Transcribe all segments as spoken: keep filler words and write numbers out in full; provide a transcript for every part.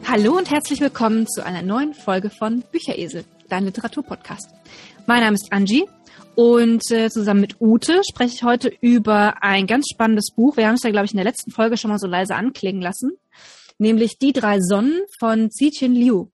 Hallo und herzlich willkommen zu einer neuen Folge von Bücheresel, dein Literaturpodcast. Mein Name ist Angie und äh, zusammen mit Ute spreche ich heute über ein ganz spannendes Buch. Wir haben es ja, glaube ich, in der letzten Folge schon mal so leise anklingen lassen, nämlich Die drei Sonnen von Cixin Liu.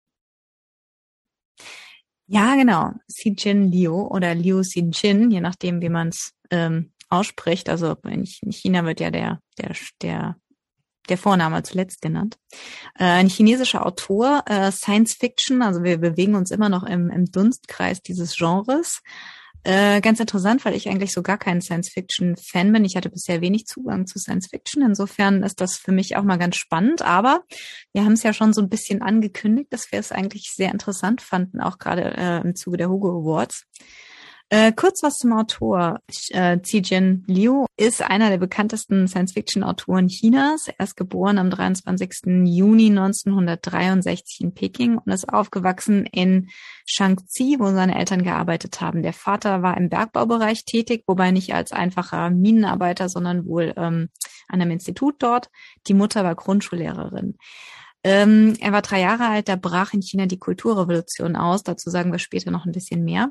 Ja, genau. Cixin Liu oder Liu Cixin, je nachdem, wie man es ähm, ausspricht. Also in China wird ja der der der der Vorname zuletzt genannt. Äh, ein chinesischer Autor, äh, Science Fiction, also wir bewegen uns immer noch im, im Dunstkreis dieses Genres. Äh, ganz interessant, weil ich eigentlich so gar kein Science-Fiction-Fan bin. Ich hatte bisher wenig Zugang zu Science-Fiction. Insofern ist das für mich auch mal ganz spannend. Aber wir haben es ja schon so ein bisschen angekündigt, dass wir es eigentlich sehr interessant fanden, auch gerade äh, im Zuge der Hugo Awards. Äh, kurz was zum Autor. Äh, Cixin Liu ist einer der bekanntesten Science-Fiction-Autoren Chinas. Er ist geboren am dreiundzwanzigsten Juni neunzehnhundertdreiundsechzig in Peking und ist aufgewachsen in Shaanxi, wo seine Eltern gearbeitet haben. Der Vater war im Bergbaubereich tätig, wobei nicht als einfacher Minenarbeiter, sondern wohl ähm, an einem Institut dort. Die Mutter war Grundschullehrerin. Ähm, er war drei Jahre alt, da brach in China die Kulturrevolution aus. Dazu sagen wir später noch ein bisschen mehr.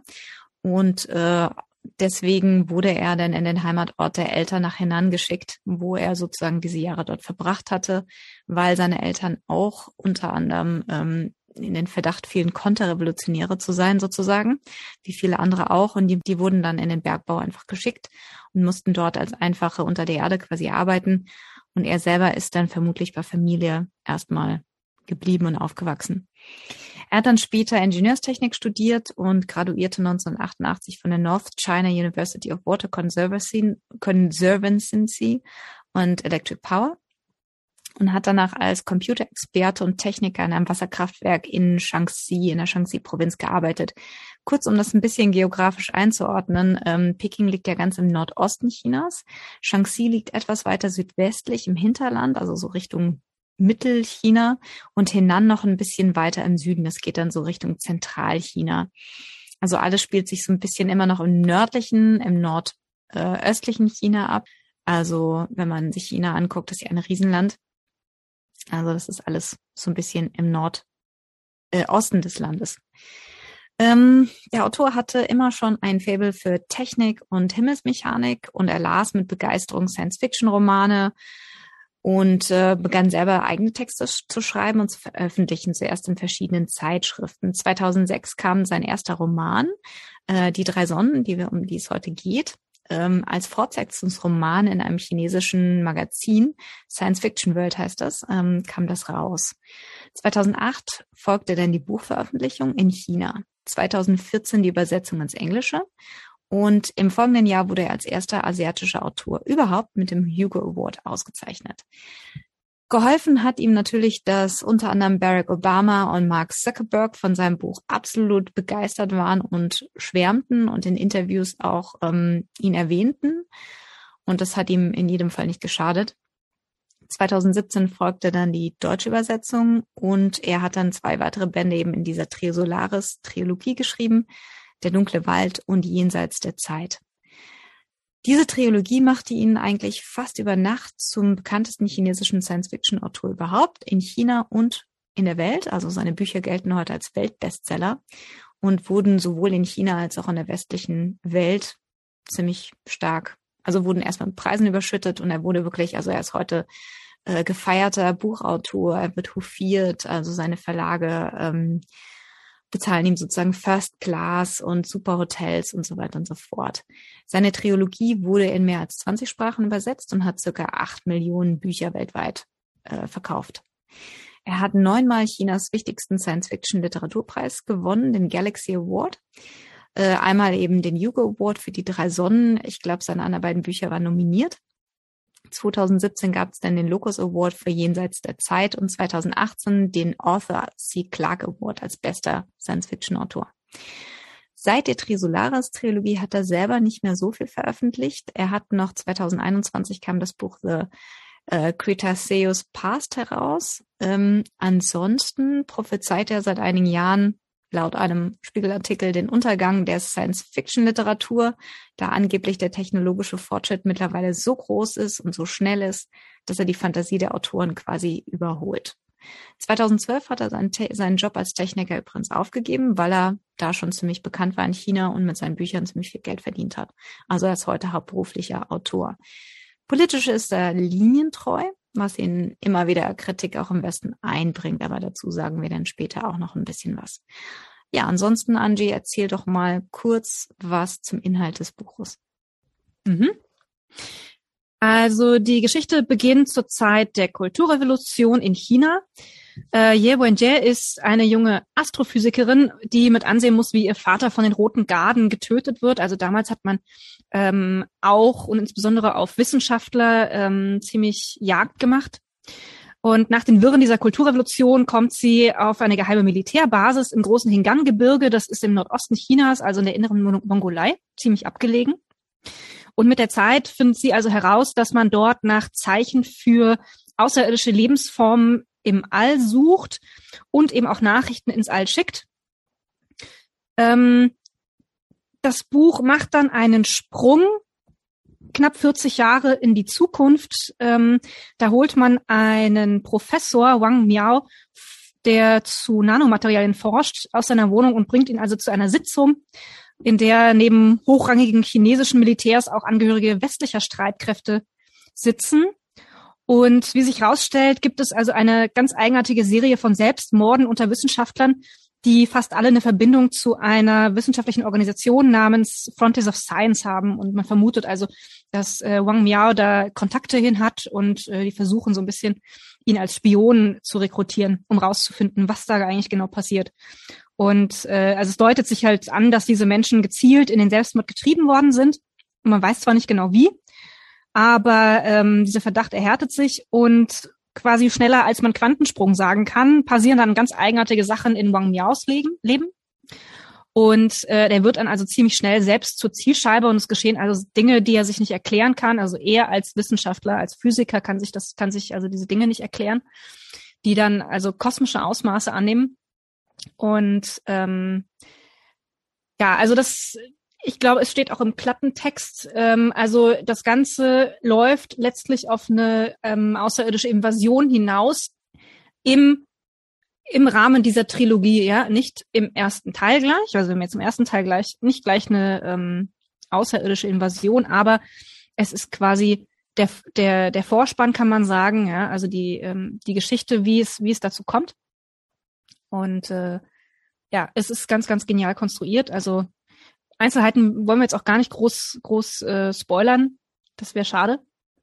Und äh, deswegen wurde er dann in den Heimatort der Eltern nach Henan geschickt, wo er sozusagen diese Jahre dort verbracht hatte, weil seine Eltern auch unter anderem ähm, in den Verdacht fielen, Konterrevolutionäre zu sein sozusagen, wie viele andere auch. Und die, die wurden dann in den Bergbau einfach geschickt und mussten dort als Einfache unter der Erde quasi arbeiten. Und er selber ist dann vermutlich bei Familie erstmal geblieben und aufgewachsen. Er hat dann später Ingenieurstechnik studiert und graduierte neunzehnhundertachtundachtzig von der North China University of Water Conservancy, Conservancy und Electric Power und hat danach als Computerexperte und Techniker in einem Wasserkraftwerk in Shaanxi, in der Shaanxi-Provinz gearbeitet. Kurz, um das ein bisschen geografisch einzuordnen, ähm, Peking liegt ja ganz im Nordosten Chinas. Shaanxi liegt etwas weiter südwestlich im Hinterland, also so Richtung Mittelchina und Henan noch ein bisschen weiter im Süden. Das geht dann so Richtung Zentralchina. Also alles spielt sich so ein bisschen immer noch im nördlichen, im nordöstlichen China ab. Also wenn man sich China anguckt, ist ja ein Riesenland. Also das ist alles so ein bisschen im Nordosten des Landes. Ähm, der Autor hatte immer schon ein Faible für Technik und Himmelsmechanik und er las mit Begeisterung Science-Fiction-Romane und äh, begann selber eigene Texte zu schreiben und zu veröffentlichen, zuerst in verschiedenen Zeitschriften. zweitausendsechs kam sein erster Roman, äh, Die drei Sonnen, die wir, um die es heute geht, ähm, als Fortsetzungsroman in einem chinesischen Magazin, Science Fiction World heißt das, ähm, kam das raus. zweitausendacht folgte dann die Buchveröffentlichung in China, zweitausendvierzehn die Übersetzung ins Englische. Und im folgenden Jahr wurde er als erster asiatischer Autor überhaupt mit dem Hugo Award ausgezeichnet. Geholfen hat ihm natürlich, dass unter anderem Barack Obama und Mark Zuckerberg von seinem Buch absolut begeistert waren und schwärmten und in Interviews auch ähm, ihn erwähnten. Und das hat ihm in jedem Fall nicht geschadet. zweitausendsiebzehn folgte dann die deutsche Übersetzung und er hat dann zwei weitere Bände eben in dieser Trio Solaris Trilogie geschrieben, Der dunkle Wald und Jenseits der Zeit. Diese Trilogie machte ihn eigentlich fast über Nacht zum bekanntesten chinesischen Science-Fiction-Autor überhaupt in China und in der Welt. Also seine Bücher gelten heute als Weltbestseller und wurden sowohl in China als auch in der westlichen Welt ziemlich stark, also wurden erstmal mit Preisen überschüttet und er wurde wirklich, also er ist heute äh, gefeierter Buchautor, er wird hofiert, also seine Verlage ähm, bezahlen ihm sozusagen First Class und super Hotels und so weiter und so fort. Seine Trilogie wurde in mehr als zwanzig Sprachen übersetzt und hat circa acht Millionen Bücher weltweit äh, verkauft. Er hat neunmal Chinas wichtigsten Science-Fiction-Literaturpreis gewonnen, den Galaxy Award. Äh, einmal eben den Hugo Award für Die drei Sonnen. Ich glaube, seine anderen beiden Bücher waren nominiert. zweitausendsiebzehn gab es dann den Locus Award für Jenseits der Zeit und zweitausendachtzehn den Arthur C. Clarke Award als bester Science-Fiction-Autor. Seit der Trisolaris-Trilogie hat er selber nicht mehr so viel veröffentlicht. Er hat noch zweitausendeinundzwanzig kam das Buch The äh, Cretaceous Past heraus. Ähm, ansonsten prophezeit er seit einigen Jahren laut einem Spiegelartikel den Untergang der Science-Fiction-Literatur, da angeblich der technologische Fortschritt mittlerweile so groß ist und so schnell ist, dass er die Fantasie der Autoren quasi überholt. zweitausendzwölf hat er seinen, seinen Job als Techniker übrigens aufgegeben, weil er da schon ziemlich bekannt war in China und mit seinen Büchern ziemlich viel Geld verdient hat. Also er ist heute hauptberuflicher Autor. Politisch ist er linientreu, was ihn immer wieder Kritik auch im Westen einbringt, aber dazu sagen wir dann später auch noch ein bisschen was. Ja, ansonsten, Angie, erzähl doch mal kurz was zum Inhalt des Buches. Mhm. Also die Geschichte beginnt zur Zeit der Kulturrevolution in China. Äh, Ye Wenjie ist eine junge Astrophysikerin, die mit ansehen muss, wie ihr Vater von den Roten Garden getötet wird. Also damals hat man ähm, auch und insbesondere auf Wissenschaftler ähm, ziemlich Jagd gemacht. Und nach den Wirren dieser Kulturrevolution kommt sie auf eine geheime Militärbasis im großen Hingan-Gebirge. Das ist im Nordosten Chinas, also in der inneren Mongolei, ziemlich abgelegen. Und mit der Zeit findet sie also heraus, dass man dort nach Zeichen für außerirdische Lebensformen im All sucht und eben auch Nachrichten ins All schickt. Ähm, das Buch macht dann einen Sprung, knapp vierzig Jahre in die Zukunft. Ähm, da holt man einen Professor, Wang Miao, der zu Nanomaterialien forscht, aus seiner Wohnung und bringt ihn also zu einer Sitzung, in der neben hochrangigen chinesischen Militärs auch Angehörige westlicher Streitkräfte sitzen. Und wie sich herausstellt, gibt es also eine ganz eigenartige Serie von Selbstmorden unter Wissenschaftlern, die fast alle eine Verbindung zu einer wissenschaftlichen Organisation namens Frontiers of Science haben. Und man vermutet also, dass äh, Wang Miao da Kontakte hin hat und äh, die versuchen so ein bisschen, ihn als Spion zu rekrutieren, um rauszufinden, was da eigentlich genau passiert. Und äh, also es deutet sich halt an, dass diese Menschen gezielt in den Selbstmord getrieben worden sind. Und man weiß zwar nicht genau wie, aber ähm, dieser Verdacht erhärtet sich und quasi schneller, als man Quantensprung sagen kann, passieren dann ganz eigenartige Sachen in Wang Miaos Leben. Und äh, der wird dann also ziemlich schnell selbst zur Zielscheibe und es geschehen also Dinge, die er sich nicht erklären kann. Also er als Wissenschaftler, als Physiker kann sich das, kann sich also diese Dinge nicht erklären, die dann also kosmische Ausmaße annehmen. Und ähm, ja, also das, ich glaube, es steht auch im Klappentext. Ähm, also das Ganze läuft letztlich auf eine ähm, außerirdische Invasion hinaus im im Rahmen dieser Trilogie, ja, nicht im ersten Teil gleich, also wir haben jetzt im ersten Teil gleich nicht gleich eine ähm, außerirdische Invasion, aber es ist quasi der der der Vorspann, kann man sagen, ja, also die ähm, die Geschichte, wie es wie es dazu kommt. Und äh, ja, es ist ganz, ganz genial konstruiert. Also Einzelheiten wollen wir jetzt auch gar nicht groß groß äh, spoilern. Das wäre schade.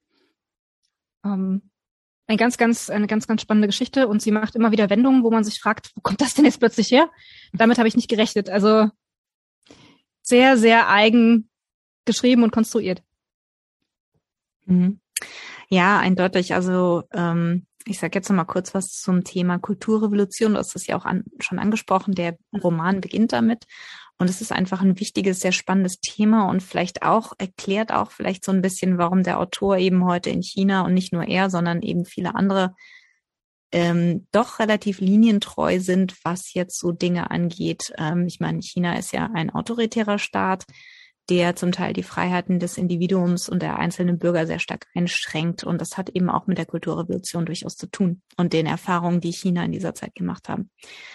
Ähm, ein ganz, ganz, eine ganz, ganz spannende Geschichte und sie macht immer wieder Wendungen, wo man sich fragt, wo kommt das denn jetzt plötzlich her? Damit habe ich nicht gerechnet. Also sehr, sehr eigen geschrieben und konstruiert. Mhm. Ja, eindeutig. Also ähm, ich sage jetzt noch mal kurz was zum Thema Kulturrevolution. Du hast es ja auch an, schon angesprochen. Der Roman beginnt damit. Und es ist einfach ein wichtiges, sehr spannendes Thema und vielleicht auch erklärt auch vielleicht so ein bisschen, warum der Autor eben heute in China und nicht nur er, sondern eben viele andere ähm, doch relativ linientreu sind, was jetzt so Dinge angeht. Ähm, ich meine, China ist ja ein autoritärer Staat, der zum Teil die Freiheiten des Individuums und der einzelnen Bürger sehr stark einschränkt. Und das hat eben auch mit der Kulturrevolution durchaus zu tun und den Erfahrungen, die China in dieser Zeit gemacht haben.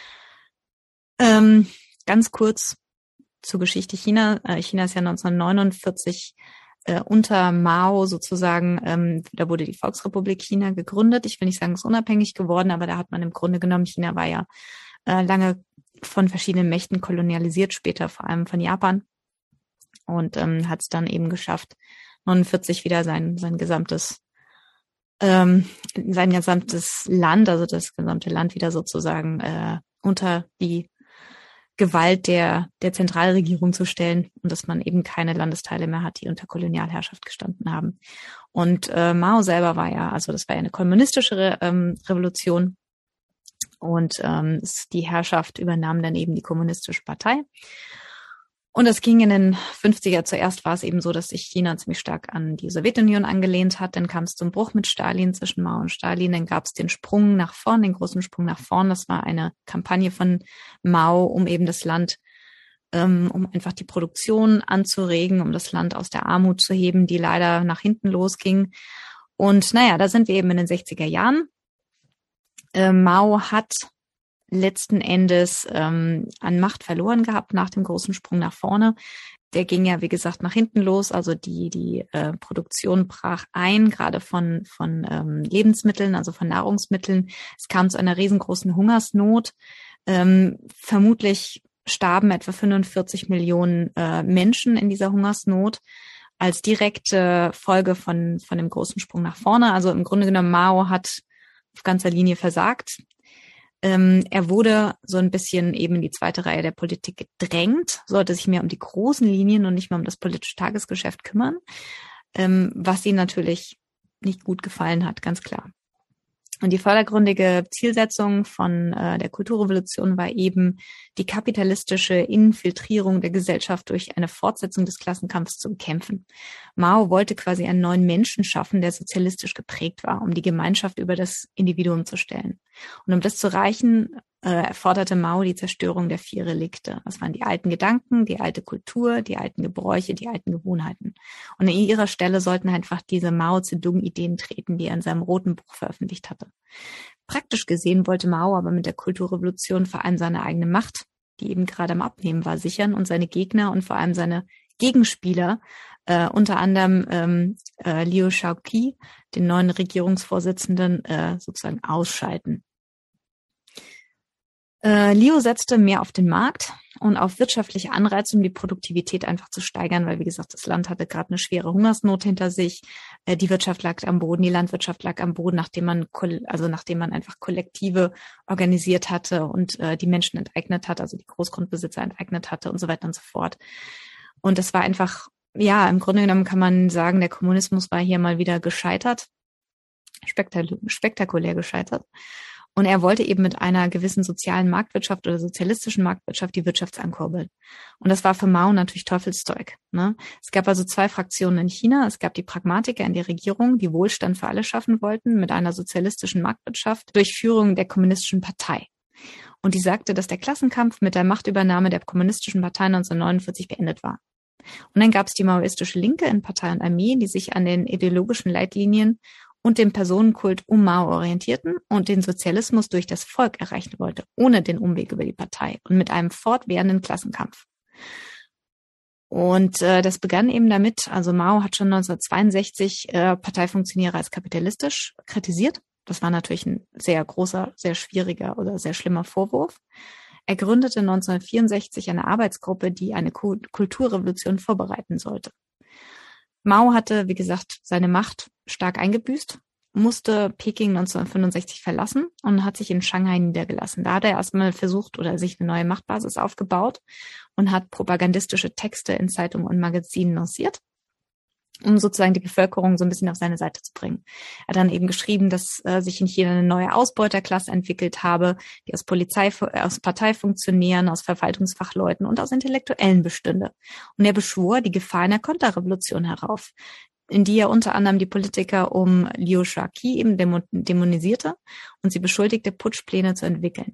Ähm, ganz kurz zur Geschichte China. China ist ja neunzehnhundertneunundvierzig äh, unter Mao sozusagen, ähm, da wurde die Volksrepublik China gegründet. Ich will nicht sagen, es ist unabhängig geworden, aber da hat man im Grunde genommen, China war ja äh, lange von verschiedenen Mächten kolonialisiert, später vor allem von Japan und ähm, hat es dann eben geschafft, neunundvierzig wieder sein sein gesamtes ähm, sein gesamtes Land, also das gesamte Land wieder sozusagen äh, unter die Gewalt der der Zentralregierung zu stellen und dass man eben keine Landesteile mehr hat, die unter Kolonialherrschaft gestanden haben. Und äh, Mao selber war ja, also das war ja eine kommunistische Re- ähm, Revolution und ähm, die Herrschaft übernahm dann eben die kommunistische Partei. Und das ging in den fünfziger. Zuerst war es eben so, dass sich China ziemlich stark an die Sowjetunion angelehnt hat. Dann kam es zum Bruch mit Stalin, zwischen Mao und Stalin. Dann gab es den Sprung nach vorn, den großen Sprung nach vorn. Das war eine Kampagne von Mao, um eben das Land, ähm, um einfach die Produktion anzuregen, um das Land aus der Armut zu heben, die leider nach hinten losging. Und naja, da sind wir eben in den sechziger Jahren. Äh, Mao hat letzten Endes ähm, an Macht verloren gehabt nach dem großen Sprung nach vorne. Der ging ja, wie gesagt, nach hinten los. Also die die äh, Produktion brach ein, gerade von von ähm, Lebensmitteln, also von Nahrungsmitteln. Es kam zu einer riesengroßen Hungersnot. Ähm, vermutlich starben etwa fünfundvierzig Millionen äh, Menschen in dieser Hungersnot als direkte Folge von von dem großen Sprung nach vorne. Also im Grunde genommen, Mao hat auf ganzer Linie versagt. Ähm, er wurde so ein bisschen eben in die zweite Reihe der Politik gedrängt, sollte sich mehr um die großen Linien und nicht mehr um das politische Tagesgeschäft kümmern, ähm, was ihm natürlich nicht gut gefallen hat, ganz klar. Und die vordergründige Zielsetzung von äh, der Kulturrevolution war eben, die kapitalistische Infiltrierung der Gesellschaft durch eine Fortsetzung des Klassenkampfs zu bekämpfen. Mao wollte quasi einen neuen Menschen schaffen, der sozialistisch geprägt war, um die Gemeinschaft über das Individuum zu stellen. Und um das zu erreichen, äh, forderte Mao die Zerstörung der vier Relikte. Das waren die alten Gedanken, die alte Kultur, die alten Gebräuche, die alten Gewohnheiten. Und an ihrer Stelle sollten einfach diese Mao Zedong-Ideen treten, die er in seinem roten Buch veröffentlicht hatte. Praktisch gesehen wollte Mao aber mit der Kulturrevolution vor allem seine eigene Macht, die eben gerade am Abnehmen war, sichern und seine Gegner und vor allem seine Gegenspieler, äh, unter anderem ähm, äh, Liu Shaoqi, den neuen Regierungsvorsitzenden, äh, sozusagen ausschalten. Äh, Liu setzte mehr auf den Markt und auf wirtschaftliche Anreize, um die Produktivität einfach zu steigern, weil, wie gesagt, das Land hatte gerade eine schwere Hungersnot hinter sich. Äh, die Wirtschaft lag am Boden, die Landwirtschaft lag am Boden, nachdem man, also nachdem man einfach Kollektive organisiert hatte und äh, die Menschen enteignet hat, also die Großgrundbesitzer enteignet hatte und so weiter und so fort. Und das war einfach, ja, im Grunde genommen kann man sagen, der Kommunismus war hier mal wieder gescheitert, spektak- spektakulär gescheitert. Und er wollte eben mit einer gewissen sozialen Marktwirtschaft oder sozialistischen Marktwirtschaft die Wirtschaft ankurbeln. Und das war für Mao natürlich Teufelszeug. Ne? Es gab also zwei Fraktionen in China. Es gab die Pragmatiker in der Regierung, die Wohlstand für alle schaffen wollten mit einer sozialistischen Marktwirtschaft durch Führung der kommunistischen Partei. Und die sagte, dass der Klassenkampf mit der Machtübernahme der kommunistischen Partei neunzehnhundertneunundvierzig beendet war. Und dann gab es die maoistische Linke in Partei und Armee, die sich an den ideologischen Leitlinien und dem Personenkult um Mao orientierten und den Sozialismus durch das Volk erreichen wollte, ohne den Umweg über die Partei und mit einem fortwährenden Klassenkampf. Und äh, das begann eben damit, also Mao hat schon neunzehnhundertzweiundsechzig äh, Parteifunktionäre als kapitalistisch kritisiert. Das war natürlich ein sehr großer, sehr schwieriger oder sehr schlimmer Vorwurf. Er gründete neunzehnhundertvierundsechzig eine Arbeitsgruppe, die eine Kulturrevolution vorbereiten sollte. Mao hatte, wie gesagt, seine Macht stark eingebüßt, musste Peking neunzehnhundertfünfundsechzig verlassen und hat sich in Shanghai niedergelassen. Da hat er erstmal versucht oder sich eine neue Machtbasis aufgebaut und hat propagandistische Texte in Zeitungen und Magazinen lanciert, um sozusagen die Bevölkerung so ein bisschen auf seine Seite zu bringen. Er hat dann eben geschrieben, dass äh, sich in China eine neue Ausbeuterklasse entwickelt habe, die aus Polizei, aus Parteifunktionären, aus Verwaltungsfachleuten und aus Intellektuellen bestünde. Und er beschwor die Gefahr einer Konterrevolution herauf, in die er unter anderem die Politiker um Liu Shaoqi eben dämonisierte und sie beschuldigte, Putschpläne zu entwickeln.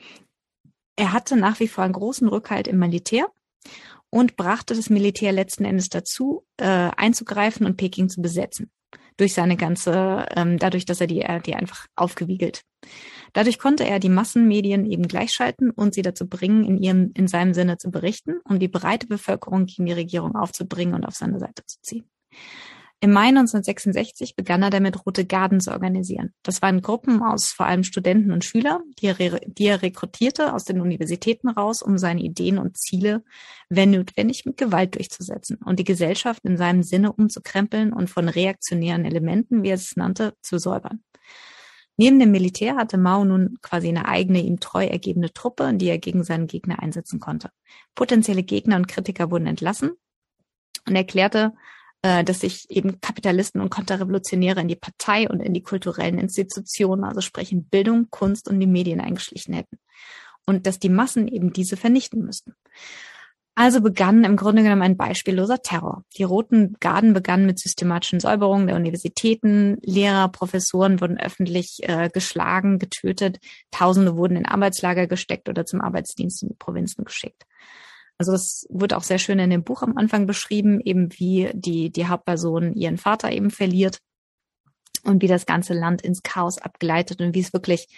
Er hatte nach wie vor einen großen Rückhalt im Militär und brachte das Militär letzten Endes dazu, äh, einzugreifen und Peking zu besetzen. Durch seine ganze, ähm, dadurch, dass er die, er die einfach aufgewiegelt. Dadurch konnte er die Massenmedien eben gleichschalten und sie dazu bringen, in ihrem, in seinem Sinne zu berichten, um die breite Bevölkerung gegen die Regierung aufzubringen und auf seine Seite zu ziehen. Im Mai neunzehnhundertsechsundsechzig begann er damit, Rote Garden zu organisieren. Das waren Gruppen aus vor allem Studenten und Schülern, die er, die er rekrutierte aus den Universitäten raus, um seine Ideen und Ziele, wenn notwendig, mit Gewalt durchzusetzen und die Gesellschaft in seinem Sinne umzukrempeln und von reaktionären Elementen, wie er es nannte, zu säubern. Neben dem Militär hatte Mao nun quasi eine eigene, ihm treu ergebene Truppe, die er gegen seinen Gegner einsetzen konnte. Potenzielle Gegner und Kritiker wurden entlassen und erklärte, dass sich eben Kapitalisten und Konterrevolutionäre in die Partei und in die kulturellen Institutionen, also sprich in Bildung, Kunst und die Medien eingeschlichen hätten. Und dass die Massen eben diese vernichten müssten. Also begann im Grunde genommen ein beispielloser Terror. Die Roten Garden begannen mit systematischen Säuberungen der Universitäten. Lehrer, Professoren wurden öffentlich äh, geschlagen, getötet. Tausende wurden in Arbeitslager gesteckt oder zum Arbeitsdienst in die Provinzen geschickt. Also das wird auch sehr schön in dem Buch am Anfang beschrieben, eben wie die, die Hauptperson ihren Vater eben verliert und wie das ganze Land ins Chaos abgleitet und wie es wirklich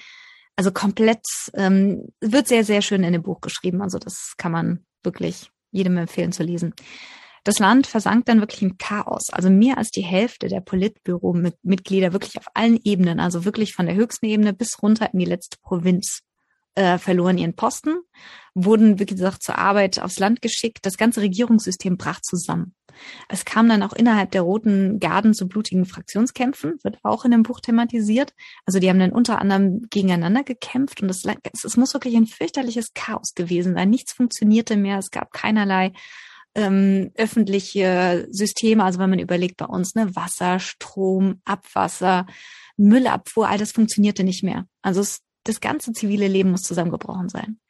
Also komplett, ähm, wird sehr, sehr schön in dem Buch geschrieben. Also das kann man wirklich jedem empfehlen zu lesen. Das Land versank dann wirklich in Chaos. Also mehr als die Hälfte der Politbüro-Mitglieder wirklich auf allen Ebenen, also wirklich von der höchsten Ebene bis runter in die letzte Provinz, äh, verloren ihren Posten, wurden, wie gesagt, zur Arbeit aufs Land geschickt. Das ganze Regierungssystem brach zusammen. Es kam dann auch innerhalb der Roten Garden zu blutigen Fraktionskämpfen, wird auch in dem Buch thematisiert. Also die haben dann unter anderem gegeneinander gekämpft und es, es muss wirklich ein fürchterliches Chaos gewesen sein. Nichts funktionierte mehr, es gab keinerlei ähm, öffentliche Systeme. Also wenn man überlegt bei uns, ne, Wasser, Strom, Abwasser, Müllabfuhr, all das funktionierte nicht mehr. Also es, das ganze zivile Leben muss zusammengebrochen sein.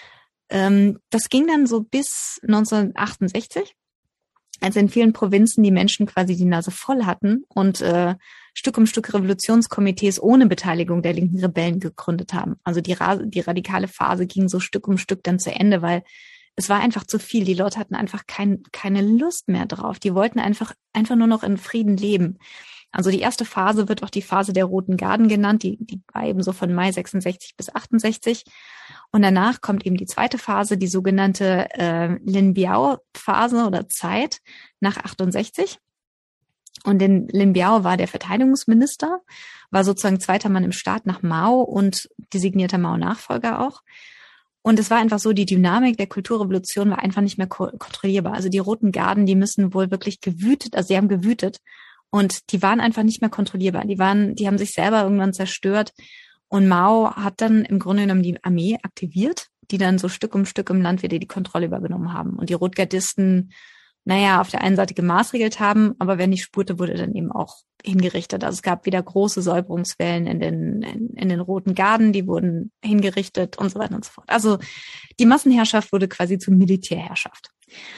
Ähm, das ging dann so bis neunzehnhundertachtundsechzig. Als in vielen Provinzen die Menschen quasi die Nase voll hatten und äh, Stück um Stück Revolutionskomitees ohne Beteiligung der linken Rebellen gegründet haben. Also die, Ra- die radikale Phase ging so Stück um Stück dann zu Ende, weil es war einfach zu viel. Die Leute hatten einfach kein, keine Lust mehr drauf. Die wollten einfach einfach nur noch in Frieden leben. Also die erste Phase wird auch die Phase der Roten Garden genannt. Die, die war eben so von Mai sechsundsechzig bis achtundsechzig. Und danach kommt eben die zweite Phase, die sogenannte äh, Lin Biao-Phase oder Zeit nach achtundsechzig. Und in Lin Biao war der Verteidigungsminister, war sozusagen zweiter Mann im Staat nach Mao und designierter Mao-Nachfolger auch. Und es war einfach so, die Dynamik der Kulturrevolution war einfach nicht mehr ko- kontrollierbar. Also die Roten Garden, die müssen wohl wirklich gewütet, also sie haben gewütet. Und die waren einfach nicht mehr kontrollierbar. Die waren, die haben sich selber irgendwann zerstört. Und Mao hat dann im Grunde genommen die Armee aktiviert, die dann so Stück um Stück im Land wieder die Kontrolle übergenommen haben. Und die Rotgardisten, naja, auf der einen Seite gemaßregelt haben, aber wer nicht spurte, wurde dann eben auch hingerichtet. Also es gab wieder große Säuberungswellen in den, in, in den Roten Garden, die wurden hingerichtet und so weiter und so fort. Also die Massenherrschaft wurde quasi zur Militärherrschaft.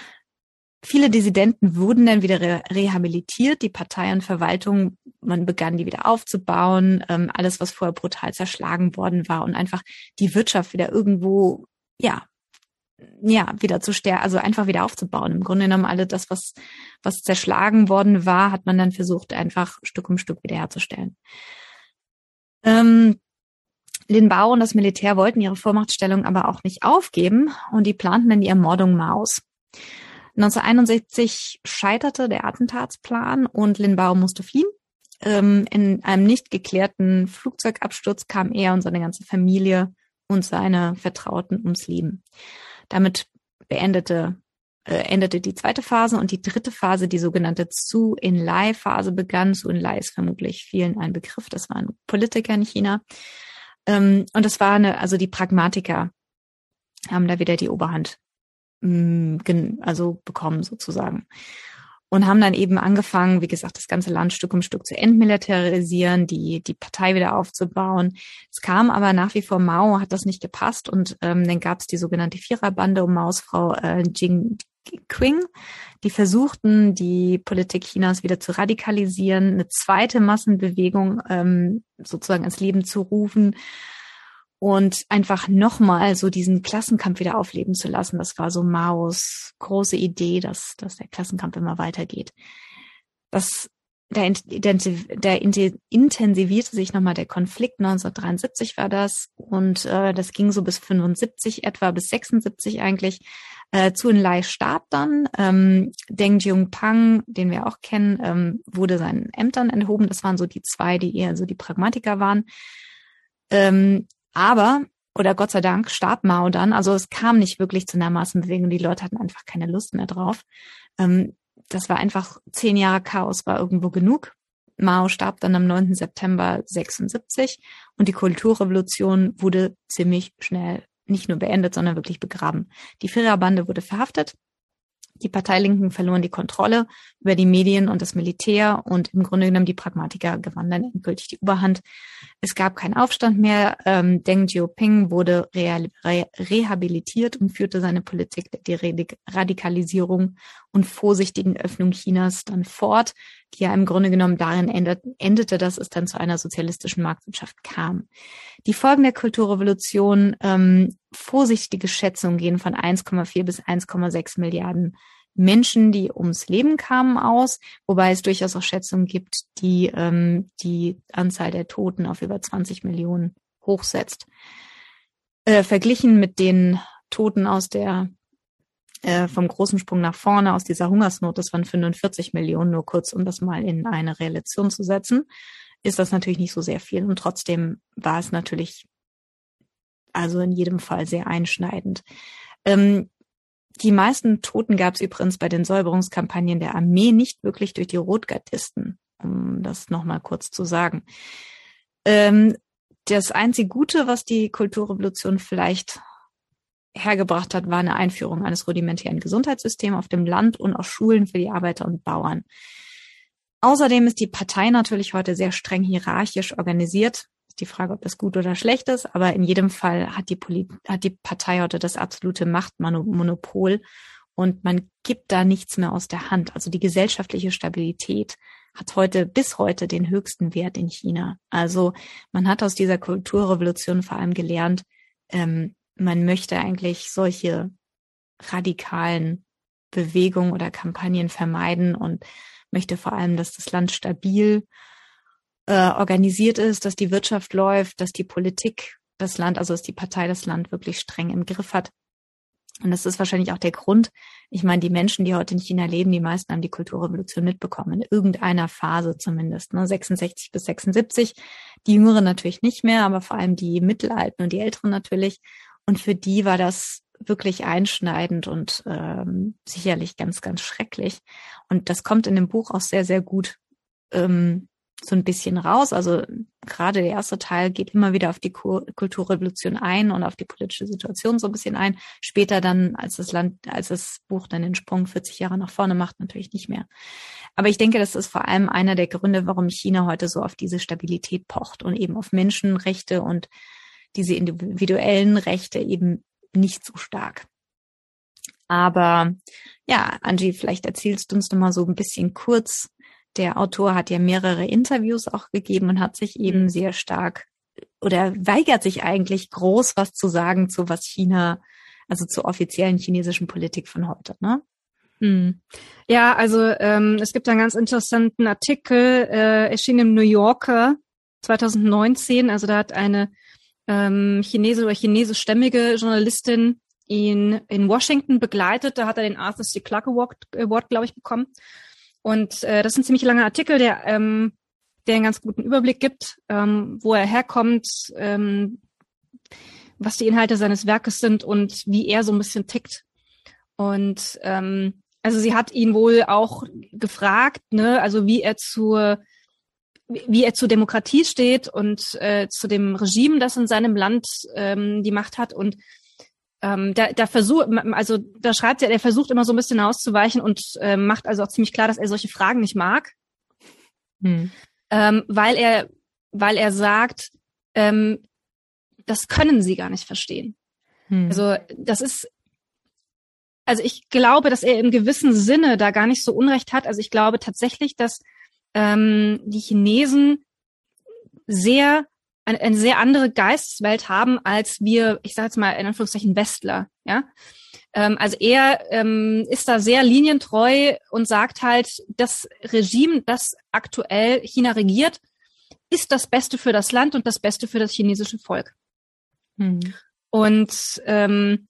Viele Dissidenten wurden dann wieder re- rehabilitiert, die Partei und Verwaltung, man begann die wieder aufzubauen, ähm, alles, was vorher brutal zerschlagen worden war und einfach die Wirtschaft wieder irgendwo, ja, ja, wieder zu stärken, also einfach wieder aufzubauen. Im Grunde genommen alle das, was, was zerschlagen worden war, hat man dann versucht, einfach Stück um Stück wiederherzustellen. Ähm, Lin Biao und das Militär wollten ihre Vormachtstellung aber auch nicht aufgeben und die planten dann die Ermordung Maos. neunzehnhunderteinundsiebzig scheiterte der Attentatsplan und Lin Biao musste fliehen. Ähm, in einem nicht geklärten Flugzeugabsturz kam er und seine ganze Familie und seine Vertrauten ums Leben. Damit beendete, äh, endete die zweite Phase und die dritte Phase, die sogenannte Zhou Enlai-Phase begann. Zhou Enlai ist vermutlich vielen ein Begriff. Das war ein Politiker in China. Ähm, und das war eine, also die Pragmatiker haben da wieder die Oberhand also bekommen sozusagen. Und haben dann eben angefangen, wie gesagt, das ganze Land Stück um Stück zu entmilitarisieren, die die Partei wieder aufzubauen. Es kam aber nach wie vor Mao, hat das nicht gepasst und ähm, dann gab es die sogenannte Viererbande um Maos Frau äh, Jing Qing, die versuchten, die Politik Chinas wieder zu radikalisieren, eine zweite Massenbewegung ähm, sozusagen ins Leben zu rufen und einfach nochmal so diesen Klassenkampf wieder aufleben zu lassen. Das war so Maos große Idee, dass, dass der Klassenkampf immer weitergeht. Das, der, der intensivierte sich nochmal der Konflikt. neunzehnhundertdreiundsiebzig war das und äh, das ging so bis fünfundsiebzig etwa, bis sechsundsiebzig eigentlich. Äh, Zhou Enlai starb dann. Ähm, Deng Xiaoping, den wir auch kennen, ähm, wurde seinen Ämtern enthoben. Das waren so die zwei, die eher so die Pragmatiker waren. Ähm, Aber, oder Gott sei Dank, starb Mao dann. Also es kam nicht wirklich zu einer Massenbewegung. Die Leute hatten einfach keine Lust mehr drauf. Ähm, das war einfach zehn Jahre Chaos, war irgendwo genug. Mao starb dann am neunten September sechsundsiebzig und die Kulturrevolution wurde ziemlich schnell nicht nur beendet, sondern wirklich begraben. Die Viererbande wurde verhaftet. Die Parteilinken verloren die Kontrolle über die Medien und das Militär und im Grunde genommen die Pragmatiker gewannen dann endgültig die Oberhand. Es gab keinen Aufstand mehr. Ähm, Deng Xiaoping wurde re- re- rehabilitiert und führte seine Politik der Radikalisierung und vorsichtigen Öffnung Chinas dann fort, die ja im Grunde genommen darin endet, endete, dass es dann zu einer sozialistischen Marktwirtschaft kam. Die Folgen der Kulturrevolution, ähm, vorsichtige Schätzungen gehen von eins Komma vier bis eins Komma sechs Milliarden Menschen, die ums Leben kamen, aus, wobei es durchaus auch Schätzungen gibt, die ähm, die Anzahl der Toten auf über zwanzig Millionen hochsetzt. Äh, verglichen mit den Toten aus der äh, vom großen Sprung nach vorne aus dieser Hungersnot, das waren fünfundvierzig Millionen, nur kurz, um das mal in eine Relation zu setzen, ist das natürlich nicht so sehr viel. Und trotzdem war es natürlich also in jedem Fall sehr einschneidend. Ähm, die meisten Toten gab es übrigens bei den Säuberungskampagnen der Armee nicht wirklich durch die Rotgardisten, um das nochmal kurz zu sagen. Ähm, das einzige Gute, was die Kulturrevolution vielleicht hergebracht hat, war eine Einführung eines rudimentären Gesundheitssystems auf dem Land und auch Schulen für die Arbeiter und Bauern. Außerdem ist die Partei natürlich heute sehr streng hierarchisch organisiert. Die Frage, ob das gut oder schlecht ist, aber in jedem Fall hat die Poli- hat die Partei heute das absolute Machtmonopol und man gibt da nichts mehr aus der Hand. Also die gesellschaftliche Stabilität hat heute bis heute den höchsten Wert in China. Also man hat aus dieser Kulturrevolution vor allem gelernt, ähm, man möchte eigentlich solche radikalen Bewegungen oder Kampagnen vermeiden und möchte vor allem, dass das Land stabil Äh, organisiert ist, dass die Wirtschaft läuft, dass die Politik das Land, also dass die Partei das Land wirklich streng im Griff hat. Und das ist wahrscheinlich auch der Grund. Ich meine, die Menschen, die heute in China leben, die meisten haben die Kulturrevolution mitbekommen, in irgendeiner Phase zumindest, ne, sechsundsechzig bis sechsundsiebzig. Die Jüngeren natürlich nicht mehr, aber vor allem die Mittelalten und die Älteren natürlich. Und für die war das wirklich einschneidend und ähm, sicherlich ganz, ganz schrecklich. Und das kommt in dem Buch auch sehr, sehr gut ähm, so ein bisschen raus. Also gerade der erste Teil geht immer wieder auf die Kulturrevolution ein und auf die politische Situation so ein bisschen ein. Später dann, als das Land, als das Buch dann den Sprung vierzig Jahre nach vorne macht, natürlich nicht mehr. Aber ich denke, das ist vor allem einer der Gründe, warum China heute so auf diese Stabilität pocht und eben auf Menschenrechte und diese individuellen Rechte eben nicht so stark. Aber ja, Angie, vielleicht erzählst du uns noch mal so ein bisschen kurz. Der Autor hat ja mehrere Interviews auch gegeben und hat sich eben sehr stark oder weigert sich eigentlich groß was zu sagen zu was China, also zur offiziellen chinesischen Politik von heute, ne? Hm. Ja, also ähm, es gibt einen ganz interessanten Artikel, äh, erschien im New Yorker zwanzig neunzehn, also da hat eine ähm, Chinese oder chinesischstämmige Journalistin ihn in Washington begleitet, da hat er den Arthur C. Clarke Award, Award glaube ich, bekommen. Und äh, das ist ein ziemlich langer Artikel, der ähm, der einen ganz guten Überblick gibt, ähm, wo er herkommt, ähm, was die Inhalte seines Werkes sind und wie er so ein bisschen tickt. Und ähm, also sie hat ihn wohl auch gefragt, ne, also wie er zur wie er zur Demokratie steht und äh, zu dem Regime, das in seinem Land ähm, die Macht hat. Und Ähm, da, da versucht, also da schreibt er, er versucht immer so ein bisschen auszuweichen und äh, macht also auch ziemlich klar, dass er solche Fragen nicht mag, hm. ähm, weil er, weil er sagt, ähm, das können sie gar nicht verstehen. Hm. Also das ist, also ich glaube, dass er im gewissen Sinne da gar nicht so Unrecht hat. Also ich glaube tatsächlich, dass ähm, die Chinesen sehr eine, eine sehr andere Geisteswelt haben als wir, ich sage jetzt mal in Anführungszeichen Westler, ja. Ähm, also er ähm, ist da sehr linientreu und sagt halt, das Regime, das aktuell China regiert, ist das Beste für das Land und das Beste für das chinesische Volk. Hm. Und ähm,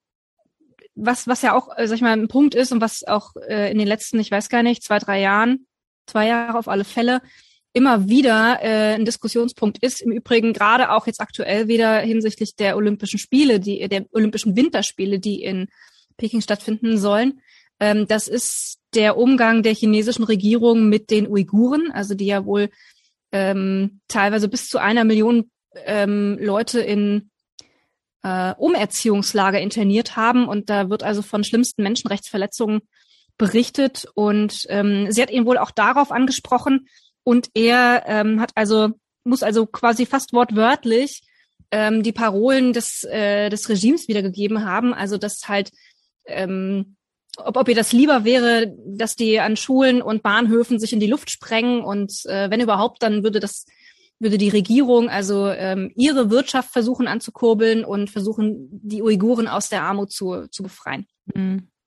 was was ja auch, sag ich mal, ein Punkt ist und was auch äh, in den letzten, ich weiß gar nicht, zwei, drei Jahren, zwei Jahre auf alle Fälle, immer wieder äh, ein Diskussionspunkt ist, im Übrigen gerade auch jetzt aktuell wieder hinsichtlich der Olympischen Spiele, die der Olympischen Winterspiele, die in Peking stattfinden sollen. Ähm, das ist der Umgang der chinesischen Regierung mit den Uiguren, also die ja wohl ähm, teilweise bis zu einer Million ähm, Leute in äh, Umerziehungslager interniert haben. Und da wird also von schlimmsten Menschenrechtsverletzungen berichtet. Und ähm, sie hat ihn wohl auch darauf angesprochen, und er ähm, hat also, muss also quasi fast wortwörtlich ähm, die Parolen des äh, des Regimes wiedergegeben haben. Also dass halt, ähm, ob, ob ihr das lieber wäre, dass die an Schulen und Bahnhöfen sich in die Luft sprengen und äh, wenn überhaupt, dann würde das würde die Regierung also ähm, ihre Wirtschaft versuchen anzukurbeln und versuchen, die Uiguren aus der Armut zu zu befreien. Mhm.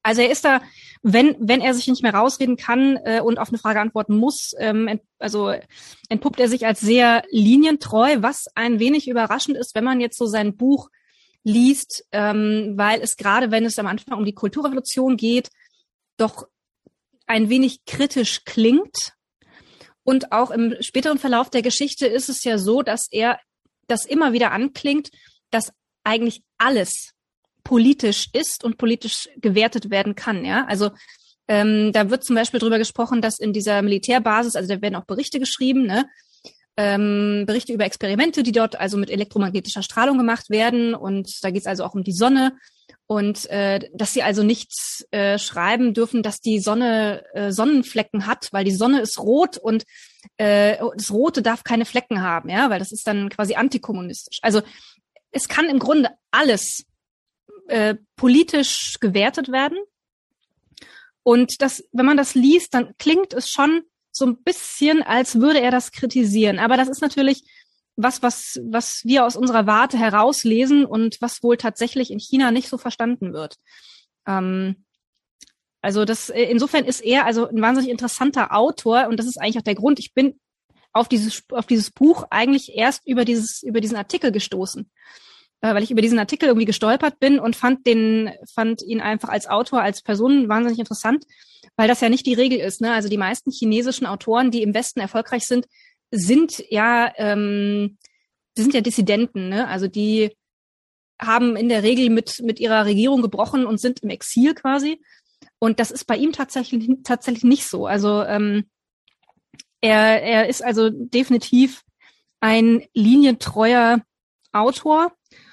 Also er ist da, wenn wenn er sich nicht mehr rausreden kann äh, und auf eine Frage antworten muss, ähm, ent, also entpuppt er sich als sehr linientreu, was ein wenig überraschend ist, wenn man jetzt so sein Buch liest, ähm, weil es gerade, wenn es am Anfang um die Kulturrevolution geht, doch ein wenig kritisch klingt. Und auch im späteren Verlauf der Geschichte ist es ja so, dass er das immer wieder anklingt, dass eigentlich alles politisch ist und politisch gewertet werden kann. Ja, also ähm, da wird zum Beispiel drüber gesprochen, dass in dieser Militärbasis, also da werden auch Berichte geschrieben, ne, ähm, Berichte über Experimente, die dort also mit elektromagnetischer Strahlung gemacht werden. Und da geht es also auch um die Sonne. Und äh, dass sie also nicht äh, schreiben dürfen, dass die Sonne äh, Sonnenflecken hat, weil die Sonne ist rot und äh, das Rote darf keine Flecken haben, ja, weil das ist dann quasi antikommunistisch. Also es kann im Grunde alles äh, politisch gewertet werden. Und das, wenn man das liest, dann klingt es schon so ein bisschen, als würde er das kritisieren. Aber das ist natürlich was, was, was wir aus unserer Warte herauslesen und was wohl tatsächlich in China nicht so verstanden wird. Ähm, also das, insofern ist er also ein wahnsinnig interessanter Autor und das ist eigentlich auch der Grund. Ich bin auf dieses, auf dieses Buch eigentlich erst über dieses, über diesen Artikel gestoßen, äh, weil ich über diesen Artikel irgendwie gestolpert bin und fand den, fand ihn einfach als Autor, als Person wahnsinnig interessant, weil das ja nicht die Regel ist, ne? Also die meisten chinesischen Autoren, die im Westen erfolgreich sind, sind ja, ähm, die sind ja Dissidenten, ne? Also die haben in der Regel mit mit ihrer Regierung gebrochen und sind im Exil quasi. Und das ist bei ihm tatsächlich tatsächlich nicht so. Also ähm, er er ist also definitiv ein linientreuer Autor.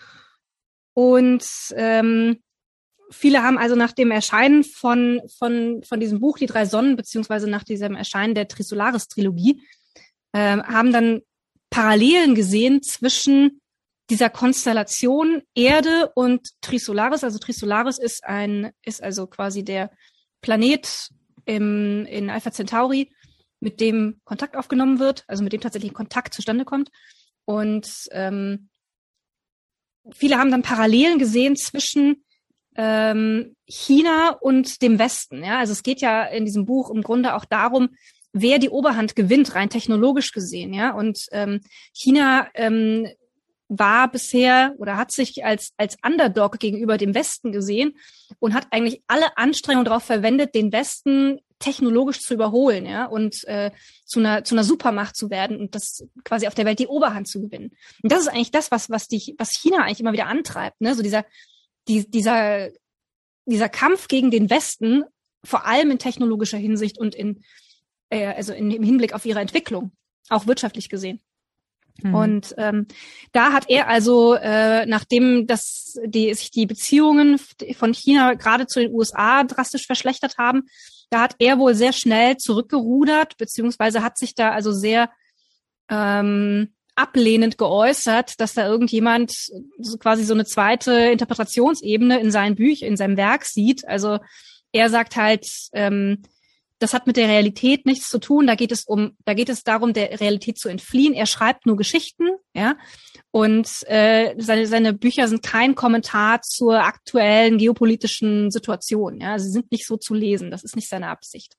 Und ähm, viele haben also nach dem Erscheinen von von von diesem Buch Die drei Sonnen beziehungsweise nach diesem Erscheinen der Trisolaris-Trilogie Ähm, haben dann Parallelen gesehen zwischen dieser Konstellation Erde und Trisolaris. Also Trisolaris ist ein, ist also quasi der Planet im, in Alpha Centauri, mit dem Kontakt aufgenommen wird, also mit dem tatsächlich Kontakt zustande kommt. Und ähm, viele haben dann Parallelen gesehen zwischen ähm, China und dem Westen. Ja, also es geht ja in diesem Buch im Grunde auch darum, wer die Oberhand gewinnt, rein technologisch gesehen, ja. Und ähm, China ähm, war bisher oder hat sich als als Underdog gegenüber dem Westen gesehen und hat eigentlich alle Anstrengungen darauf verwendet, den Westen technologisch zu überholen, ja, und äh, zu einer zu einer Supermacht zu werden und das quasi auf der Welt die Oberhand zu gewinnen. Und das ist eigentlich das, was was die was China eigentlich immer wieder antreibt, ne? So dieser die, dieser dieser Kampf gegen den Westen, vor allem in technologischer Hinsicht und in also in, im Hinblick auf ihre Entwicklung, auch wirtschaftlich gesehen. Mhm. Und ähm, da hat er also, äh, nachdem das, die, sich die Beziehungen von China gerade zu den U S A drastisch verschlechtert haben, da hat er wohl sehr schnell zurückgerudert, beziehungsweise hat sich da also sehr ähm, ablehnend geäußert, dass da irgendjemand so quasi so eine zweite Interpretationsebene in seinen Büchern, in seinem Werk sieht. Also er sagt halt, ähm, das hat mit der Realität nichts zu tun. Da geht es um, da geht es darum, der Realität zu entfliehen. Er schreibt nur Geschichten, ja, und äh, seine seine Bücher sind kein Kommentar zur aktuellen geopolitischen Situation. Ja, sie sind nicht so zu lesen. Das ist nicht seine Absicht.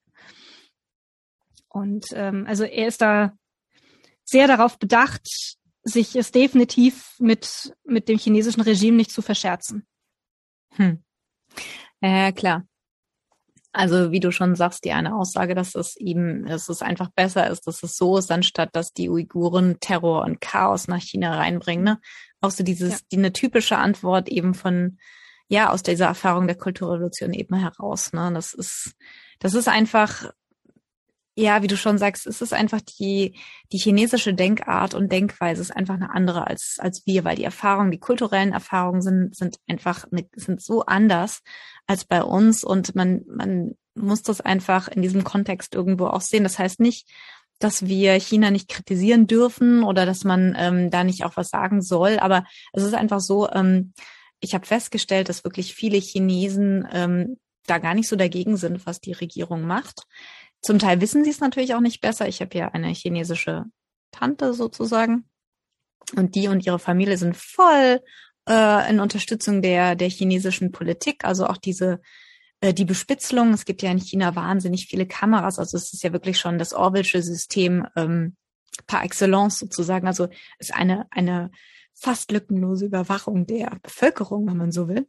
Und ähm, also er ist da sehr darauf bedacht, sich es definitiv mit mit dem chinesischen Regime nicht zu verscherzen. Hm. Ja, klar. Also wie du schon sagst, die eine Aussage, dass es eben, dass es einfach besser ist, dass es so ist, anstatt dass die Uiguren Terror und Chaos nach China reinbringen. Ne? Auch so dieses, ja. die eine typische Antwort eben von, ja, aus dieser Erfahrung der Kulturrevolution eben heraus. Ne? Das ist, das ist einfach, ja, wie du schon sagst, es ist einfach die, die chinesische Denkart und Denkweise ist einfach eine andere als, als wir, weil die Erfahrungen, die kulturellen Erfahrungen sind, sind einfach, sind so anders als bei uns und man, man muss das einfach in diesem Kontext irgendwo auch sehen. Das heißt nicht, dass wir China nicht kritisieren dürfen oder dass man ähm, da nicht auch was sagen soll, aber es ist einfach so, ähm, ich habe festgestellt, dass wirklich viele Chinesen ähm, da gar nicht so dagegen sind, was die Regierung macht. Zum Teil wissen sie es natürlich auch nicht besser. Ich habe ja eine chinesische Tante sozusagen und die und ihre Familie sind voll äh, in Unterstützung der der chinesischen Politik. Also auch diese äh, die Bespitzelung. Es gibt ja in China wahnsinnig viele Kameras. Also es ist ja wirklich schon das Orwellsche System ähm, par excellence sozusagen. Also es ist eine, eine fast lückenlose Überwachung der Bevölkerung, wenn man so will.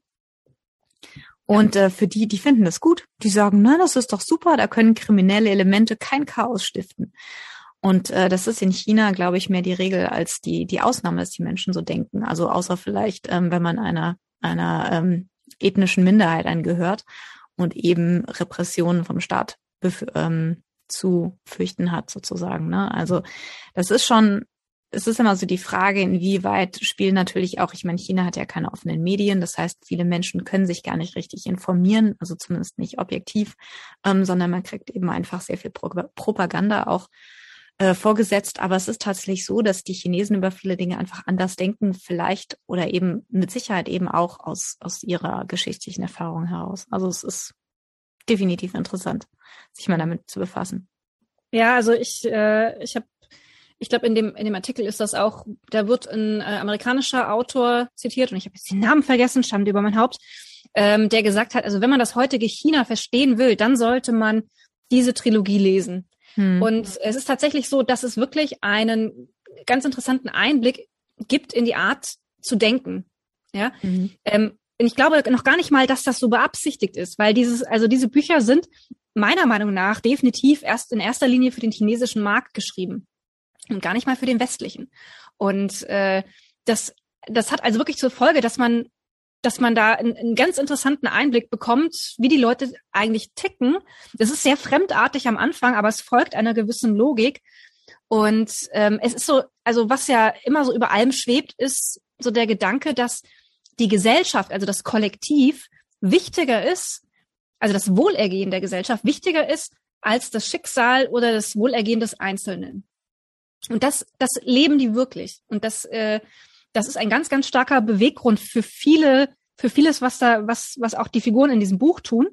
Und äh, für die, die finden das gut. Die sagen, na, das ist doch super, da können kriminelle Elemente kein Chaos stiften. Und äh, das ist in China, glaube ich, mehr die Regel als die die Ausnahme, dass die Menschen so denken. Also außer vielleicht, ähm, wenn man einer einer ähm, ethnischen Minderheit angehört und eben Repressionen vom Staat bef- ähm, zu fürchten hat, sozusagen. Ne? Also das ist schon, es ist immer so die Frage, inwieweit spielen natürlich auch, ich meine, China hat ja keine offenen Medien, das heißt, viele Menschen können sich gar nicht richtig informieren, also zumindest nicht objektiv, ähm, sondern man kriegt eben einfach sehr viel Pro- Propaganda auch Äh, vorgesetzt, aber es ist tatsächlich so, dass die Chinesen über viele Dinge einfach anders denken, vielleicht oder eben mit Sicherheit eben auch aus aus ihrer geschichtlichen Erfahrung heraus. Also es ist definitiv interessant, sich mal damit zu befassen. Ja, also ich äh, ich habe ich glaube in dem in dem Artikel ist das auch, da wird ein äh, amerikanischer Autor zitiert und ich habe jetzt den Namen vergessen, Schande über mein Haupt, ähm, der gesagt hat, also wenn man das heutige China verstehen will, dann sollte man diese Trilogie lesen. Hm. Und es ist tatsächlich so, dass es wirklich einen ganz interessanten Einblick gibt in die Art zu denken. Ja, mhm. ähm, und ich glaube noch gar nicht mal, dass das so beabsichtigt ist, weil dieses, also diese Bücher sind meiner Meinung nach definitiv erst in erster Linie für den chinesischen Markt geschrieben und gar nicht mal für den westlichen. Und äh, das, das hat also wirklich zur Folge, dass man dass man da einen, einen ganz interessanten Einblick bekommt, wie die Leute eigentlich ticken. Das ist sehr fremdartig am Anfang, aber es folgt einer gewissen Logik. Und ähm, es ist so, also was ja immer so über allem schwebt, ist so der Gedanke, dass die Gesellschaft, also das Kollektiv, wichtiger ist, also das Wohlergehen der Gesellschaft wichtiger ist als das Schicksal oder das Wohlergehen des Einzelnen. Und das, das leben die wirklich. Und das äh, Das ist ein ganz, ganz starker Beweggrund für viele, für vieles, was da, was, was auch die Figuren in diesem Buch tun.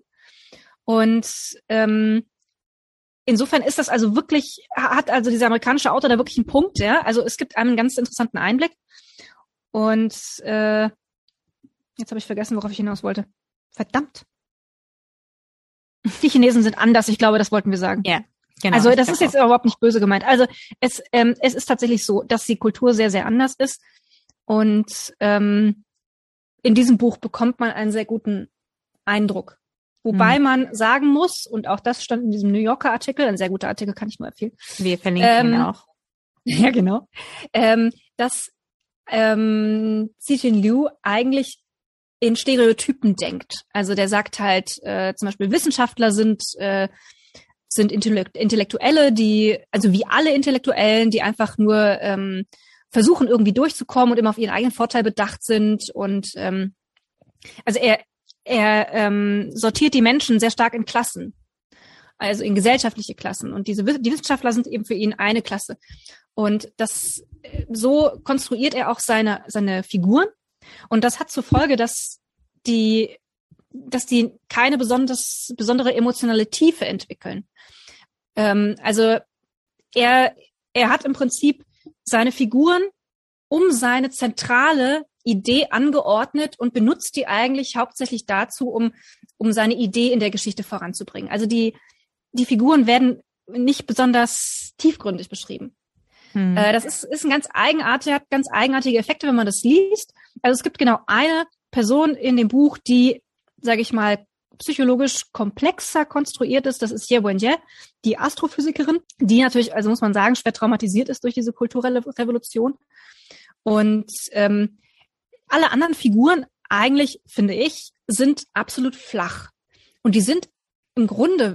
Und ähm, insofern ist das also wirklich, hat also dieser amerikanische Autor da wirklich einen Punkt, ja. Also es gibt einen ganz interessanten Einblick. Und äh, jetzt habe ich vergessen, worauf ich hinaus wollte. Verdammt. Die Chinesen sind anders, ich glaube, das wollten wir sagen. Ja. Genau, also das ist jetzt auch. überhaupt nicht böse gemeint. Also es, ähm, es ist tatsächlich so, dass die Kultur sehr, sehr anders ist. Und ähm, in diesem Buch bekommt man einen sehr guten Eindruck. Wobei hm. man sagen muss, und auch das stand in diesem New Yorker Artikel, ein sehr guter Artikel, kann ich nur empfehlen. Wir verlinken ihn ähm, auch. Ja, genau. Ähm, dass ähm, Cixin Liu eigentlich in Stereotypen denkt. Also der sagt halt, äh, zum Beispiel Wissenschaftler sind äh, sind Intellekt- Intellektuelle, die, also wie alle Intellektuellen, die einfach nur ähm, versuchen irgendwie durchzukommen und immer auf ihren eigenen Vorteil bedacht sind. Und ähm, also er er ähm, sortiert die Menschen sehr stark in Klassen, also in gesellschaftliche Klassen. Und diese die Wissenschaftler sind eben für ihn eine Klasse. Und das so konstruiert er auch seine seine Figuren. Und das hat zur Folge, dass die dass die keine besonders besondere emotionale Tiefe entwickeln. Ähm, also er er hat im Prinzip seine Figuren um seine zentrale Idee angeordnet und benutzt die eigentlich hauptsächlich dazu, um um seine Idee in der Geschichte voranzubringen. Also die die Figuren werden nicht besonders tiefgründig beschrieben. Hm. Äh, das ist ist ein ganz eigenartig, hat ganz eigenartige Effekte, wenn man das liest. Also es gibt genau eine Person in dem Buch, die, sage ich mal, psychologisch komplexer konstruiert ist. Das ist Ye Wenjie, die Astrophysikerin, die natürlich, also muss man sagen, schwer traumatisiert ist durch diese kulturelle Revolution. Und ähm, alle anderen Figuren eigentlich, finde ich, sind absolut flach. Und die sind im Grunde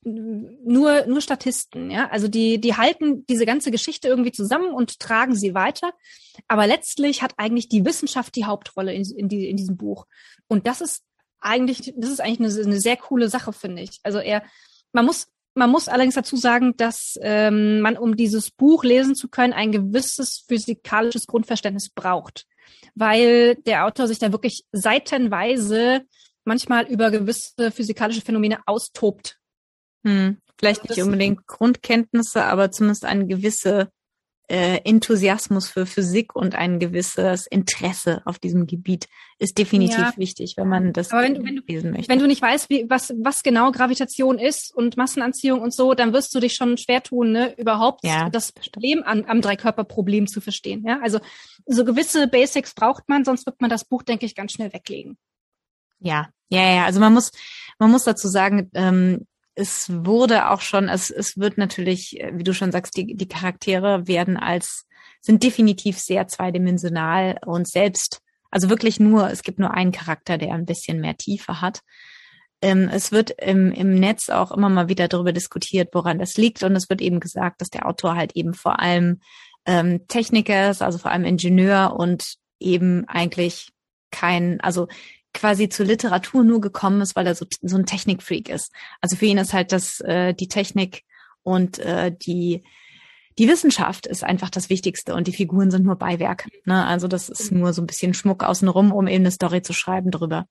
nur nur Statisten, ja, also die die halten diese ganze Geschichte irgendwie zusammen und tragen sie weiter, aber letztlich hat eigentlich die Wissenschaft die Hauptrolle in in, die, in diesem Buch und das ist eigentlich das ist eigentlich eine, eine sehr coole Sache, finde ich. Also er man muss man muss allerdings dazu sagen, dass ähm, man, um dieses Buch lesen zu können, ein gewisses physikalisches Grundverständnis braucht, weil der Autor sich da wirklich seitenweise manchmal über gewisse physikalische Phänomene austobt. Hm, vielleicht nicht unbedingt Grundkenntnisse, aber zumindest eine gewisse äh, Enthusiasmus für Physik und ein gewisses Interesse auf diesem Gebiet ist definitiv Ja. wichtig, wenn man das Aber wenn du, wenn du, lesen möchte. wenn du nicht weißt, wie, was, was genau Gravitation ist und Massenanziehung und so, dann wirst du dich schon schwer tun, ne, überhaupt Ja, das Problem an, am Dreikörperproblem zu verstehen. Ja, also so gewisse Basics braucht man, sonst wird man das Buch, denke ich, ganz schnell weglegen. Ja, ja, ja. Also man muss, man muss dazu sagen, ähm, es wurde auch schon, es, es wird natürlich, wie du schon sagst, die, die Charaktere werden als, sind definitiv sehr zweidimensional und selbst, also wirklich nur, es gibt nur einen Charakter, der ein bisschen mehr Tiefe hat. Ähm, es wird im, im Netz auch immer mal wieder darüber diskutiert, woran das liegt, und es wird eben gesagt, dass der Autor halt eben vor allem ähm, Techniker ist, also vor allem Ingenieur, und eben eigentlich kein, also quasi zur Literatur nur gekommen ist, weil er so, so ein Technikfreak ist. Also für ihn ist halt das, äh, die Technik und äh, die, die Wissenschaft ist einfach das Wichtigste, und die Figuren sind nur Beiwerk. Ne? Also das ist nur so ein bisschen Schmuck außenrum, um eben eine Story zu schreiben drüber.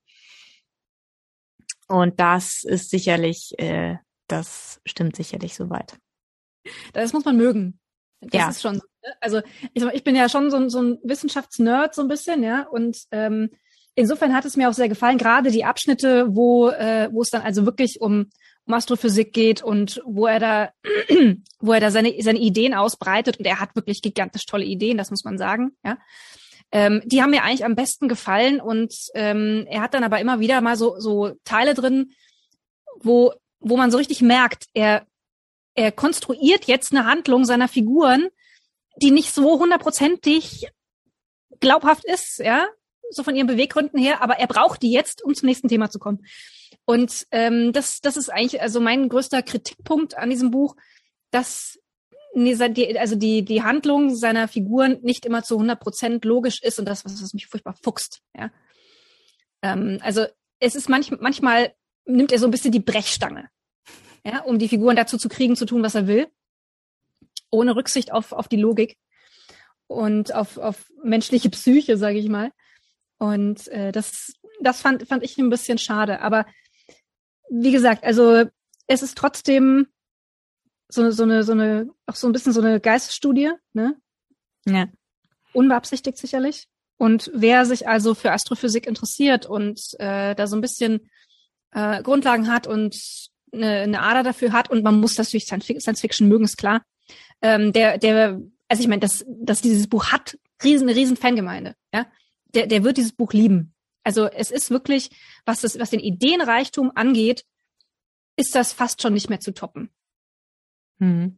Und das ist sicherlich, äh, das stimmt sicherlich soweit. Das muss man mögen. Das Ja. ist schon, also ich, ich bin ja schon so ein, so ein Wissenschaftsnerd so ein bisschen, ja, und ähm, insofern hat es mir auch sehr gefallen, gerade die Abschnitte, wo äh, wo es dann also wirklich um, um Astrophysik geht und wo er da wo er da seine seine Ideen ausbreitet, und er hat wirklich gigantisch tolle Ideen, das muss man sagen, ja. Ähm, die haben mir eigentlich am besten gefallen, und ähm, er hat dann aber immer wieder mal so so Teile drin, wo wo man so richtig merkt, er er konstruiert jetzt eine Handlung seiner Figuren, die nicht so hundertprozentig glaubhaft ist, ja, so von ihren Beweggründen her, aber er braucht die jetzt, um zum nächsten Thema zu kommen. Und ähm, das, das ist eigentlich also mein größter Kritikpunkt an diesem Buch, dass die, also die die Handlung seiner Figuren nicht immer zu hundert Prozent logisch ist, und das, was, was mich furchtbar fuchst. Ja, ähm, also es ist manch, manchmal nimmt er so ein bisschen die Brechstange, ja, um die Figuren dazu zu kriegen, zu tun, was er will, ohne Rücksicht auf auf die Logik und auf auf menschliche Psyche, sage ich mal. Und äh, das das fand fand ich ein bisschen schade. Aber wie gesagt, also es ist trotzdem so so eine so eine auch so ein bisschen so eine Geistesstudie, ne? Ja. Unbeabsichtigt sicherlich. Und wer sich also für Astrophysik interessiert und äh, da so ein bisschen äh, Grundlagen hat und eine, eine Ader dafür hat, und man muss natürlich Science Fiction mögen, ist klar. Ähm, der der also ich meine, dass dass dieses Buch hat riesen eine riesen Fangemeinde, ja? Der der wird dieses Buch lieben. Also es ist wirklich, was das was den Ideenreichtum angeht, ist das fast schon nicht mehr zu toppen. Hm.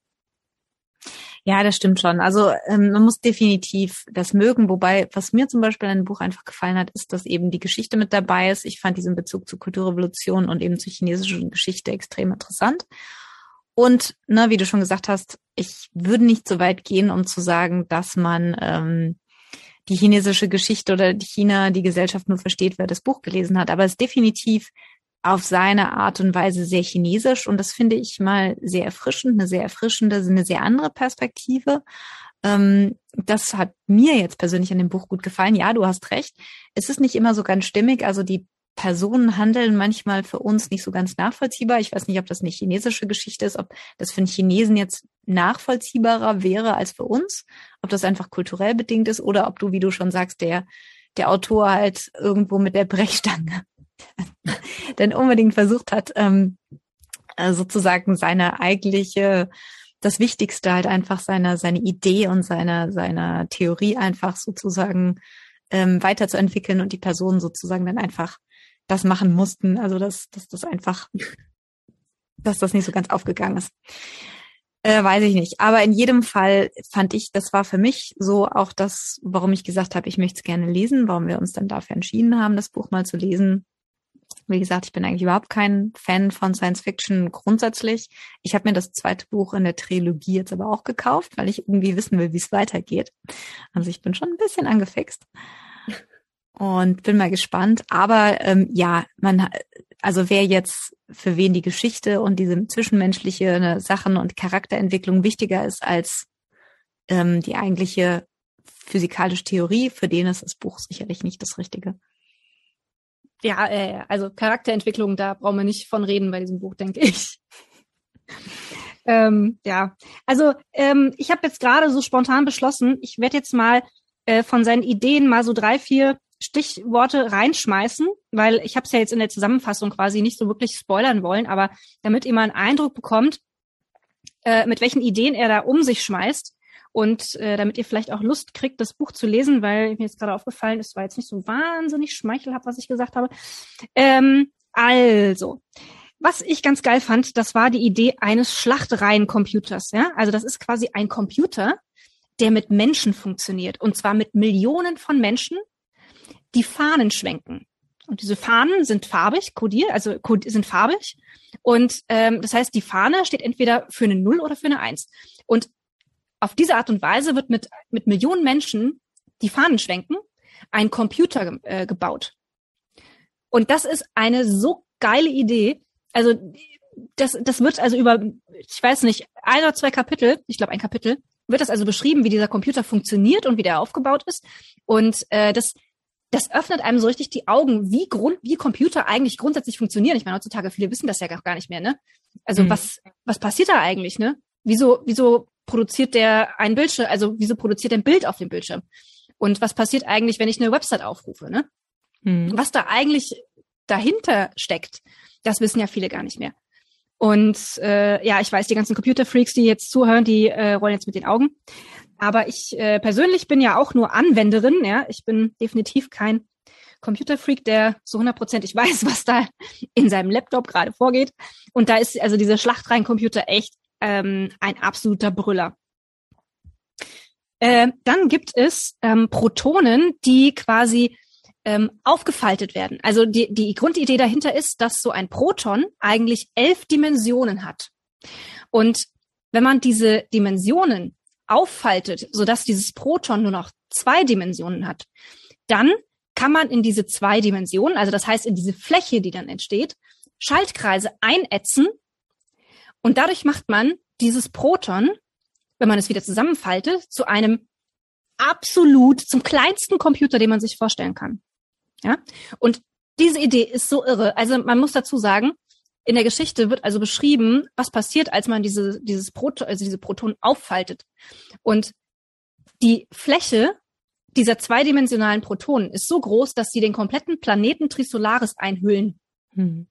Ja, das stimmt schon. Also ähm, man muss definitiv das mögen, wobei, was mir zum Beispiel an dem Buch einfach gefallen hat, ist, dass eben die Geschichte mit dabei ist. Ich fand diesen Bezug zur Kulturrevolution und eben zur chinesischen Geschichte extrem interessant. Und, ne, wie du schon gesagt hast, ich würde nicht so weit gehen, um zu sagen, dass man ähm, die chinesische Geschichte oder die China, die Gesellschaft nur versteht, wer das Buch gelesen hat. Aber es ist definitiv auf seine Art und Weise sehr chinesisch, und das finde ich mal sehr erfrischend, eine sehr erfrischende, eine sehr andere Perspektive. Ähm, das hat mir jetzt persönlich an dem Buch gut gefallen. Ja, du hast recht. Es ist nicht immer so ganz stimmig, also die Personen handeln manchmal für uns nicht so ganz nachvollziehbar. Ich weiß nicht, ob das eine chinesische Geschichte ist, ob das für einen Chinesen jetzt nachvollziehbarer wäre als für uns, ob das einfach kulturell bedingt ist, oder ob du, wie du schon sagst, der der Autor halt irgendwo mit der Brechstange dann unbedingt versucht hat, ähm, sozusagen seine eigentliche, das Wichtigste halt einfach seiner seine Idee und seiner seiner Theorie einfach sozusagen ähm, weiterzuentwickeln, und die Personen sozusagen dann einfach das machen mussten. Also dass dass das einfach, dass das nicht so ganz aufgegangen ist. Äh, weiß ich nicht. Aber in jedem Fall fand ich, das war für mich so auch das, warum ich gesagt habe, ich möchte es gerne lesen, warum wir uns dann dafür entschieden haben, das Buch mal zu lesen. Wie gesagt, ich bin eigentlich überhaupt kein Fan von Science Fiction grundsätzlich. Ich habe mir das zweite Buch in der Trilogie jetzt aber auch gekauft, weil ich irgendwie wissen will, wie es weitergeht. Also ich bin schon ein bisschen angefixt und bin mal gespannt. Aber ähm, ja, man, also wer jetzt, für wen die Geschichte und diese zwischenmenschliche ne, Sachen und Charakterentwicklung wichtiger ist als ähm, die eigentliche physikalische Theorie, für den ist das Buch sicherlich nicht das Richtige. Ja, äh, also Charakterentwicklung, da brauchen wir nicht von reden bei diesem Buch, denke ich. ähm, ja, also ähm, ich habe jetzt gerade so spontan beschlossen, ich werde jetzt mal äh, von seinen Ideen mal so drei, vier Stichworte reinschmeißen, weil ich habe es ja jetzt in der Zusammenfassung quasi nicht so wirklich spoilern wollen, aber damit ihr mal einen Eindruck bekommt, äh, mit welchen Ideen er da um sich schmeißt und äh, damit ihr vielleicht auch Lust kriegt, das Buch zu lesen, weil mir jetzt gerade aufgefallen ist, war jetzt nicht so wahnsinnig schmeichelhaft, was ich gesagt habe. Ähm, also, was ich ganz geil fand, das war die Idee eines Schlachtreihencomputers. Ja? Also das ist quasi ein Computer, der mit Menschen funktioniert und zwar mit Millionen von Menschen, die Fahnen schwenken. Und diese Fahnen sind farbig, kodiert, also sind farbig. Und ähm, das heißt, die Fahne steht entweder für eine Null oder für eine Eins. Und auf diese Art und Weise wird mit mit Millionen Menschen, die Fahnen schwenken, ein Computer äh, gebaut. Und das ist eine so geile Idee. Also das das wird also über, ich weiß nicht, ein oder zwei Kapitel, ich glaube ein Kapitel, wird das also beschrieben, wie dieser Computer funktioniert und wie der aufgebaut ist. Und äh, das Das öffnet einem so richtig die Augen, wie Grund, wie Computer eigentlich grundsätzlich funktionieren. Ich meine, heutzutage viele wissen das ja gar nicht mehr, ne? Also mhm. was, was passiert da eigentlich, ne? Wieso, wieso produziert der ein Bildschirm, also wieso produziert er ein Bild auf dem Bildschirm? Und was passiert eigentlich, wenn ich eine Website aufrufe, ne? Mhm. Was da eigentlich dahinter steckt, das wissen ja viele gar nicht mehr. Und äh, ja, ich weiß, die ganzen Computerfreaks, die jetzt zuhören, die äh, rollen jetzt mit den Augen. Aber ich äh, persönlich bin ja auch nur Anwenderin. Ja, ich bin definitiv kein Computerfreak, der so hundertprozentig weiß, was da in seinem Laptop gerade vorgeht. Und da ist also dieser Schlachtreihencomputer echt ähm, ein absoluter Brüller. Äh, dann gibt es ähm, Protonen, die quasi ähm, aufgefaltet werden. Also die, die Grundidee dahinter ist, dass so ein Proton eigentlich elf Dimensionen hat. Und wenn man diese Dimensionen auffaltet, sodass dieses Proton nur noch zwei Dimensionen hat, dann kann man in diese zwei Dimensionen, also das heißt in diese Fläche, die dann entsteht, Schaltkreise einätzen und dadurch macht man dieses Proton, wenn man es wieder zusammenfaltet, zu einem absolut, zum kleinsten Computer, den man sich vorstellen kann. Ja? Und diese Idee ist so irre. Also man muss dazu sagen, in der Geschichte wird also beschrieben, was passiert, als man diese, dieses Proton, also diese Protonen auffaltet. Und die Fläche dieser zweidimensionalen Protonen ist so groß, dass sie den kompletten Planeten Trisolaris einhüllen. Hm.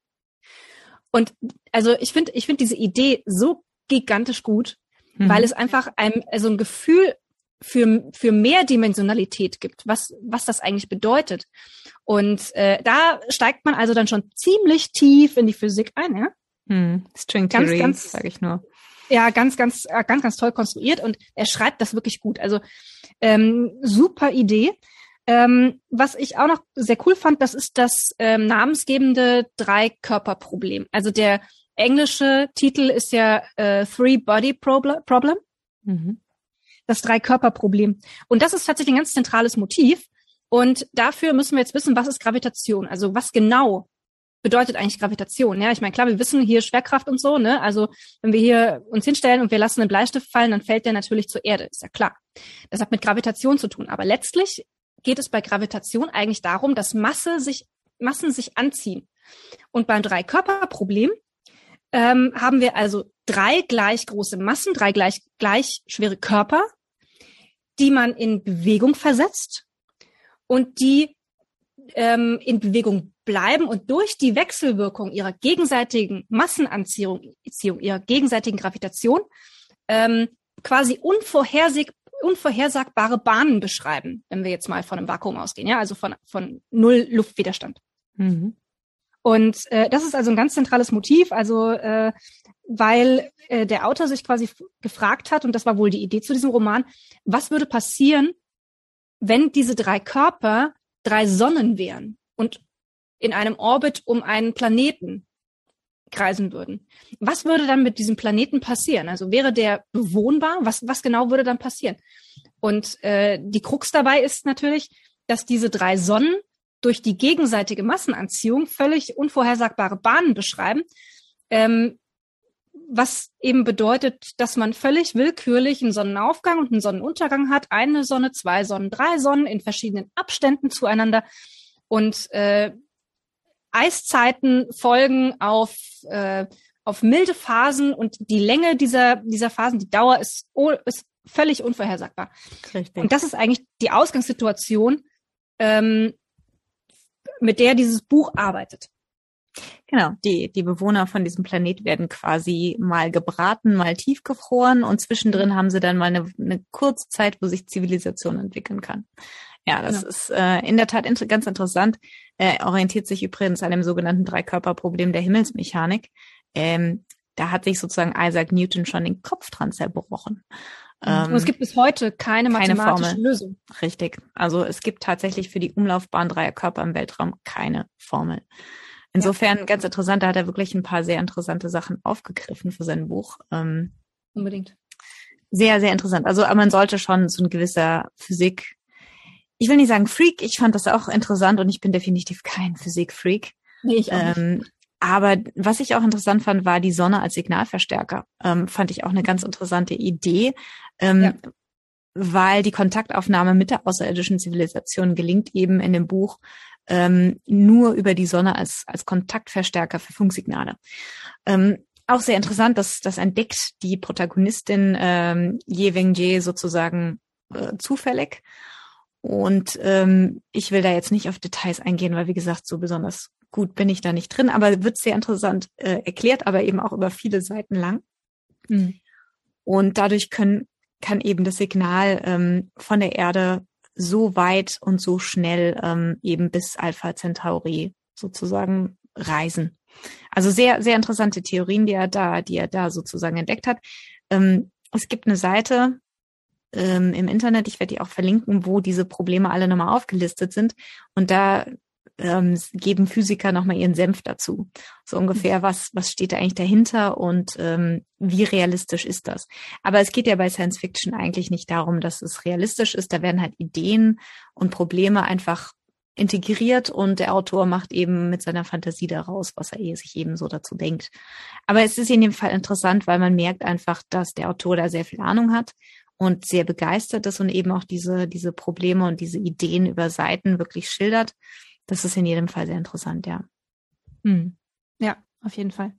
Und also ich finde, ich finde diese Idee so gigantisch gut, hm. weil es einfach einem also ein Gefühl für für Mehrdimensionalität gibt, was was das eigentlich bedeutet. Und äh, da steigt man also dann schon ziemlich tief in die Physik ein, ja? Hm. String Theory, sage ich nur. Ja, ganz, ganz, ganz, ganz toll konstruiert und er schreibt das wirklich gut. Also ähm, super Idee. Ähm, was ich auch noch sehr cool fand, das ist das ähm, namensgebende Drei-Körper-Problem. Also der englische Titel ist ja äh, Three-Body-Problem. Mhm. Das Drei-Körper-Problem. Und das ist tatsächlich ein ganz zentrales Motiv. Und dafür müssen wir jetzt wissen, was ist Gravitation? Also was genau bedeutet eigentlich Gravitation? Ja, ich meine, klar, wir wissen hier Schwerkraft und so, ne? Also wenn wir hier uns hinstellen und wir lassen einen Bleistift fallen, dann fällt der natürlich zur Erde, ist ja klar. Das hat mit Gravitation zu tun. Aber letztlich geht es bei Gravitation eigentlich darum, dass Masse sich, Massen sich anziehen. Und beim Drei-Körper-Problem ähm, haben wir also drei gleich große Massen, drei gleich, gleich schwere Körper, die man in Bewegung versetzt und die ähm, in Bewegung bleiben und durch die Wechselwirkung ihrer gegenseitigen Massenanziehung, ihrer gegenseitigen Gravitation ähm, quasi unvorhersehbar unvorhersagbare Bahnen beschreiben, wenn wir jetzt mal von einem Vakuum ausgehen, ja, also von von null Luftwiderstand. Mhm. Und äh, das ist also ein ganz zentrales Motiv, also äh, weil äh, der Autor sich quasi f- gefragt hat, und das war wohl die Idee zu diesem Roman, was würde passieren, wenn diese drei Körper drei Sonnen wären und in einem Orbit um einen Planeten kreisen würden. Was würde dann mit diesem Planeten passieren? Also wäre der bewohnbar? Was, was genau würde dann passieren? Und äh, die Krux dabei ist natürlich, dass diese drei Sonnen durch die gegenseitige Massenanziehung völlig unvorhersagbare Bahnen beschreiben, ähm, was eben bedeutet, dass man völlig willkürlich einen Sonnenaufgang und einen Sonnenuntergang hat, eine Sonne, zwei Sonnen, drei Sonnen in verschiedenen Abständen zueinander und äh, Eiszeiten folgen auf äh, auf milde Phasen und die Länge dieser, dieser Phasen, die Dauer ist, ist völlig unvorhersagbar. Richtig. Und das ist eigentlich die Ausgangssituation, ähm, mit der dieses Buch arbeitet. Genau, die, die Bewohner von diesem Planet werden quasi mal gebraten, mal tiefgefroren und zwischendrin haben sie dann mal eine, eine kurze Zeit, wo sich Zivilisation entwickeln kann. Ja, das genau. ist äh, in der Tat inter- ganz interessant. Er orientiert sich übrigens an dem sogenannten Dreikörperproblem der Himmelsmechanik. Ähm, da hat sich sozusagen Isaac Newton schon den Kopf dran zerbrochen. Und es gibt bis heute keine, keine mathematische Formel. Lösung. Richtig. Also es gibt tatsächlich für die Umlaufbahn dreier Körper im Weltraum keine Formel. Insofern ja. ganz interessant, da hat er wirklich ein paar sehr interessante Sachen aufgegriffen für sein Buch. Ähm, Unbedingt. Sehr, sehr interessant. Also man sollte schon so ein gewisser Physik, ich will nicht sagen Freak, ich fand das auch interessant und ich bin definitiv kein Physik-Freak. Nee, ich auch ähm, nicht. Aber was ich auch interessant fand, war die Sonne als Signalverstärker. Ähm, fand ich auch eine ganz interessante Idee, ähm, ja. weil die Kontaktaufnahme mit der außerirdischen Zivilisation gelingt eben in dem Buch ähm, nur über die Sonne als als Kontaktverstärker für Funksignale. Ähm, auch sehr interessant, dass das entdeckt die Protagonistin ähm, Ye Wengjie sozusagen äh, zufällig. Und ähm, ich will da jetzt nicht auf Details eingehen, weil wie gesagt, so besonders gut bin ich da nicht drin, aber wird sehr interessant äh, erklärt, aber eben auch über viele Seiten lang. Mhm. Und dadurch können kann eben das Signal ähm, von der Erde so weit und so schnell ähm, eben bis Alpha Centauri sozusagen reisen. Also sehr, sehr interessante Theorien, die er da, die er da sozusagen entdeckt hat. Ähm, es gibt eine Seite ähm, im Internet, ich werde die auch verlinken, wo diese Probleme alle nochmal aufgelistet sind. Und da ähm, geben Physiker nochmal ihren Senf dazu. So ungefähr, was, was steht da eigentlich dahinter und ähm, wie realistisch ist das? Aber es geht ja bei Science Fiction eigentlich nicht darum, dass es realistisch ist. Da werden halt Ideen und Probleme einfach integriert und der Autor macht eben mit seiner Fantasie daraus, was er sich eben so dazu denkt. Aber es ist in dem Fall interessant, weil man merkt einfach, dass der Autor da sehr viel Ahnung hat und sehr begeistert ist und eben auch diese, diese Probleme und diese Ideen über Seiten wirklich schildert. Das ist in jedem Fall sehr interessant, ja. Hm. Ja, auf jeden Fall.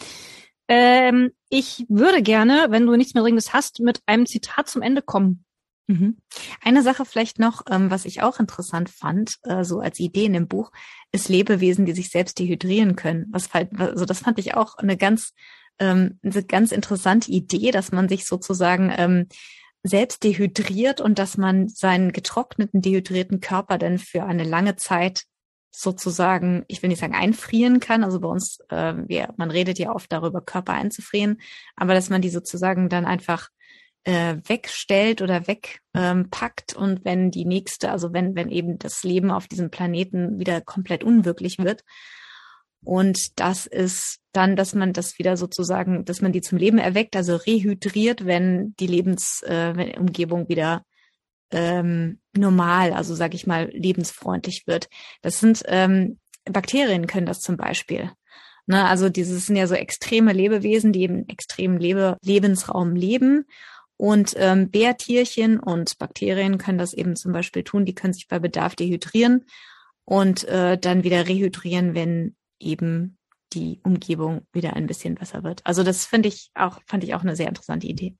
Ähm, ich würde gerne, wenn du nichts mehr Dringendes hast, mit einem Zitat zum Ende kommen. Mhm. Eine Sache vielleicht noch, ähm, was ich auch interessant fand, äh, so als Idee in dem Buch, ist Lebewesen, die sich selbst dehydrieren können. Was also das fand ich auch eine ganz, ähm, eine ganz interessante Idee, dass man sich sozusagen ähm, selbst dehydriert und dass man seinen getrockneten, dehydrierten Körper dann für eine lange Zeit sozusagen, ich will nicht sagen einfrieren kann, also bei uns, äh, wir, man redet ja oft darüber, Körper einzufrieren, aber dass man die sozusagen dann einfach äh, wegstellt oder wegpackt ähm, und wenn die nächste, also wenn wenn eben das Leben auf diesem Planeten wieder komplett unwirklich wird und das ist dann, dass man das wieder sozusagen, dass man die zum Leben erweckt, also rehydriert, wenn die Lebens, äh, wenn die Umgebung wieder ähm, normal, also sage ich mal, lebensfreundlich wird. Das sind ähm, Bakterien können das zum Beispiel. Ne, also dieses sind ja so extreme Lebewesen, die eben extremen Lebe Lebensraum leben. Und ähm, Bärtierchen und Bakterien können das eben zum Beispiel tun. Die können sich bei Bedarf dehydrieren und äh, dann wieder rehydrieren, wenn eben die Umgebung wieder ein bisschen besser wird. Also das finde ich auch, fand ich auch eine sehr interessante Idee.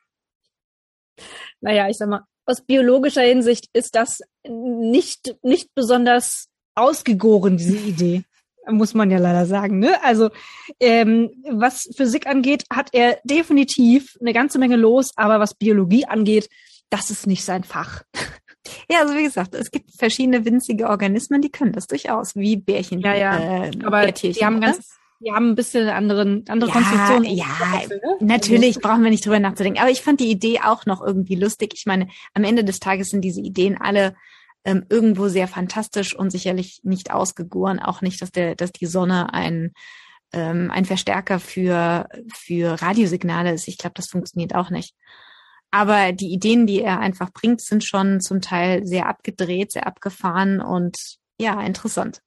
Naja, ich sag mal, aus biologischer Hinsicht ist das nicht, nicht besonders ausgegoren, diese Idee. Muss man ja leider sagen, ne? Also ähm, was Physik angeht, hat er definitiv eine ganze Menge los, aber was Biologie angeht, das ist nicht sein Fach. Ja, also wie gesagt, es gibt verschiedene winzige Organismen, die können das durchaus, wie Bärchen. Ja, ja, äh, aber Bärtierchen, die haben oder? ganz, die haben ein bisschen eine anderen, andere ja, Konstruktion. Ja, natürlich also, brauchen wir nicht drüber nachzudenken. Aber ich fand die Idee auch noch irgendwie lustig. Ich meine, am Ende des Tages sind diese Ideen alle ähm, irgendwo sehr fantastisch und sicherlich nicht ausgegoren. Auch nicht, dass der, dass die Sonne ein ähm, ein Verstärker für für Radiosignale ist. Ich glaube, das funktioniert auch nicht. Aber die Ideen, die er einfach bringt, sind schon zum Teil sehr abgedreht, sehr abgefahren und ja, interessant.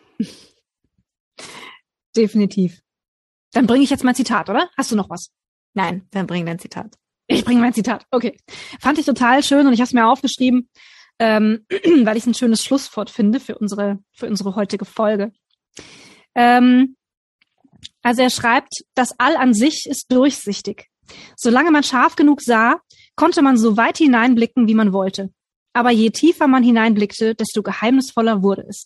Definitiv. Dann bringe ich jetzt mein Zitat, oder? Hast du noch was? Nein, dann bring dein Zitat. Ich bringe mein Zitat. Okay. Fand ich total schön und ich habe es mir aufgeschrieben, ähm, weil ich ein schönes Schlusswort finde für unsere für unsere heutige Folge. Ähm, Also er schreibt, das All an sich ist durchsichtig. Solange man scharf genug sah, konnte man so weit hineinblicken, wie man wollte. Aber je tiefer man hineinblickte, desto geheimnisvoller wurde es.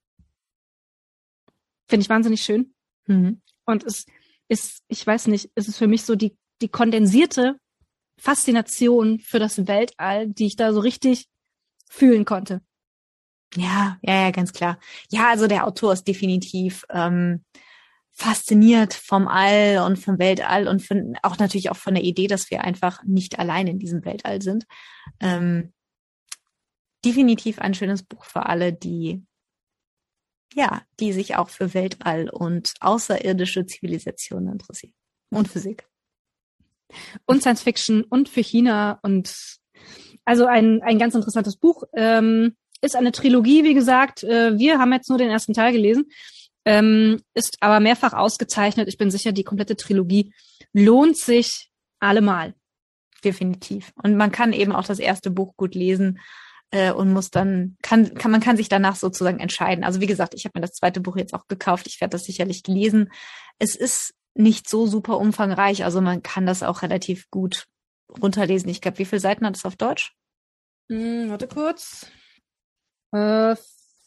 Finde ich wahnsinnig schön. Mhm. Und es ist, ich weiß nicht, es ist für mich so die, die kondensierte Faszination für das Weltall, die ich da so richtig fühlen konnte. Ja, ja, ja, ganz klar. Ja, also der Autor ist definitiv ähm, fasziniert vom All und vom Weltall und von, auch natürlich auch von der Idee, dass wir einfach nicht allein in diesem Weltall sind. Ähm, definitiv ein schönes Buch für alle, die ja, die sich auch für Weltall und außerirdische Zivilisationen interessieren und Physik. Und Science Fiction und für China und also ein ein ganz interessantes Buch. Ähm, ist eine Trilogie, wie gesagt. Äh, wir haben jetzt nur den ersten Teil gelesen. Ähm, ist aber mehrfach ausgezeichnet. Ich bin sicher, die komplette Trilogie lohnt sich allemal. Definitiv. Und man kann eben auch das erste Buch gut lesen äh, und muss dann, kann, kann, man kann sich danach sozusagen entscheiden. Also wie gesagt, ich habe mir das zweite Buch jetzt auch gekauft. Ich werde das sicherlich lesen. Es ist nicht so super umfangreich, also man kann das auch relativ gut runterlesen. Ich glaube, wie viele Seiten hat es auf Deutsch? Hm, warte kurz. Äh,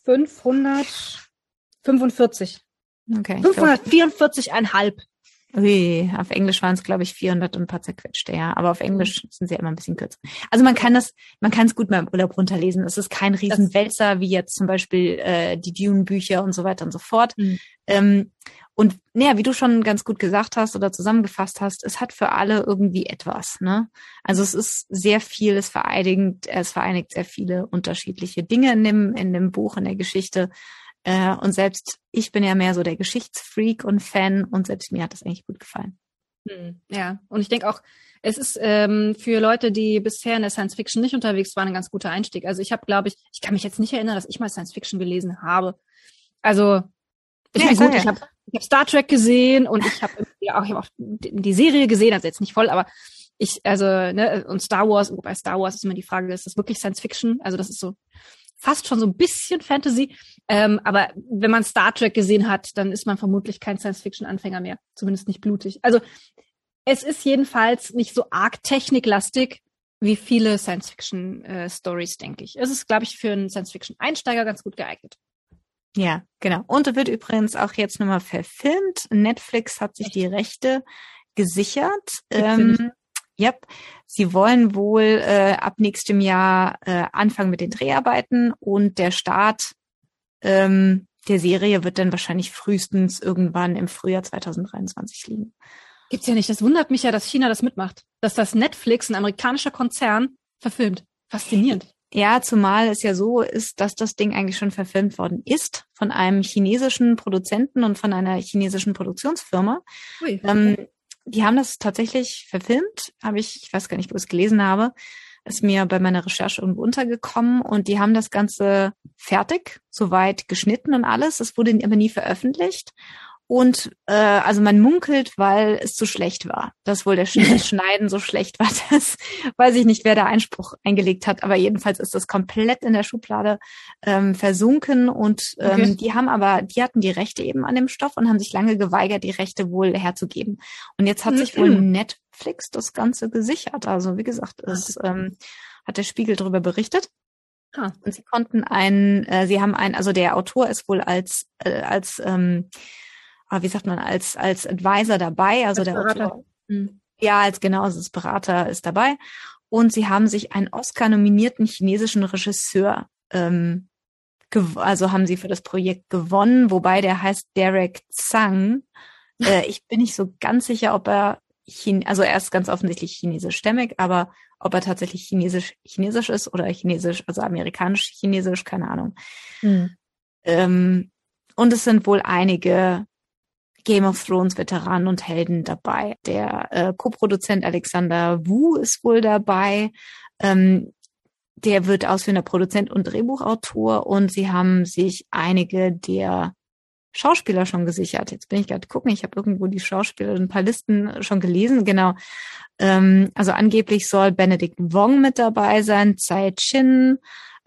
fünfhundertfünfundvierzig. Okay. fünfhundertvierundvierzig Komma fünf. Ui, auf Englisch waren es, glaube ich, vierhundert und ein paar zerquetschte, ja. Aber auf Englisch sind sie ja immer ein bisschen kürzer. Also man kann das, man kann es gut mal im Urlaub runterlesen. Es ist kein Riesenwälzer, wie jetzt zum Beispiel äh, die Dune-Bücher und so weiter und so fort. Mhm. Ähm, und naja, wie du schon ganz gut gesagt hast oder zusammengefasst hast, es hat für alle irgendwie etwas, ne? Also es ist sehr viel, es vereinigt, es vereinigt sehr viele unterschiedliche Dinge in dem, in dem Buch, in der Geschichte. Äh, und selbst ich bin ja mehr so der Geschichtsfreak und Fan und selbst mir hat das eigentlich gut gefallen. Ja, und ich denke auch, es ist ähm, für Leute, die bisher in der Science Fiction nicht unterwegs waren, ein ganz guter Einstieg. Also ich habe, glaube ich, ich kann mich jetzt nicht erinnern, dass ich mal Science Fiction gelesen habe. Also ich ja, gut, ich habe ich hab Star Trek gesehen und ich habe ja auch, ich hab auch die Serie gesehen, also jetzt nicht voll, aber ich, also, ne, und Star Wars, wobei Star Wars ist immer die Frage, ist das wirklich Science Fiction? Also das ist so fast schon so ein bisschen Fantasy, ähm, aber wenn man Star Trek gesehen hat, dann ist man vermutlich kein Science-Fiction-Anfänger mehr, zumindest nicht blutig. Also es ist jedenfalls nicht so arg techniklastig wie viele Science-Fiction-Stories, äh, denke ich. Es ist, glaube ich, für einen Science-Fiction-Einsteiger ganz gut geeignet. Ja, genau. Und er wird übrigens auch jetzt nochmal verfilmt. Netflix hat sich Echt? die Rechte gesichert. Ähm, Yep. Sie wollen wohl äh, ab nächstem Jahr äh, anfangen mit den Dreharbeiten und der Start ähm, der Serie wird dann wahrscheinlich frühestens irgendwann im Frühjahr zwanzig dreiundzwanzig liegen. Gibt's ja nicht. Das wundert mich ja, dass China das mitmacht. Dass das Netflix, ein amerikanischer Konzern, verfilmt. Faszinierend. Ja, zumal es ja so ist, dass das Ding eigentlich schon verfilmt worden ist von einem chinesischen Produzenten und von einer chinesischen Produktionsfirma. Ui. Ähm, Die haben das tatsächlich verfilmt, habe ich, ich weiß gar nicht, wo ich es gelesen habe, ist mir bei meiner Recherche irgendwo untergekommen und die haben das Ganze fertig, soweit geschnitten und alles. Es wurde aber nie veröffentlicht und äh, also man munkelt, weil es zu schlecht war, dass wohl der Schneiden so schlecht war, dass weiß ich nicht, wer da Einspruch eingelegt hat, aber jedenfalls ist das komplett in der Schublade ähm, versunken und ähm, okay. die haben aber, die hatten die Rechte eben an dem Stoff und haben sich lange geweigert, die Rechte wohl herzugeben. Und jetzt hat mhm. sich wohl Netflix das Ganze gesichert. Also wie gesagt, es ähm, hat der Spiegel darüber berichtet. Ah. Und sie konnten einen, äh, sie haben einen, also der Autor ist wohl als äh, als ähm, wie sagt man, als als Advisor dabei, also als der Berater. Autor, mhm. ja, als genau, als Berater ist dabei. Und sie haben sich einen Oscar-nominierten chinesischen Regisseur, ähm, gew- also haben sie für das Projekt gewonnen, wobei der heißt Derek Tsang. Äh, ich bin nicht so ganz sicher, ob er, Chin- also er ist ganz offensichtlich chinesischstämmig, aber ob er tatsächlich chinesisch chinesisch ist oder chinesisch, also amerikanisch-chinesisch, keine Ahnung. Mhm. Ähm, und es sind wohl einige Game of Thrones Veteranen und Helden dabei. Der äh, Co-Produzent Alexander Wu ist wohl dabei. Ähm, der wird ausführender Produzent und Drehbuchautor und sie haben sich einige der Schauspieler schon gesichert. Jetzt bin ich gerade gucken, ich habe irgendwo die Schauspieler, ein paar Listen schon gelesen. Genau. Ähm, also angeblich soll Benedict Wong mit dabei sein, Tsai Chin,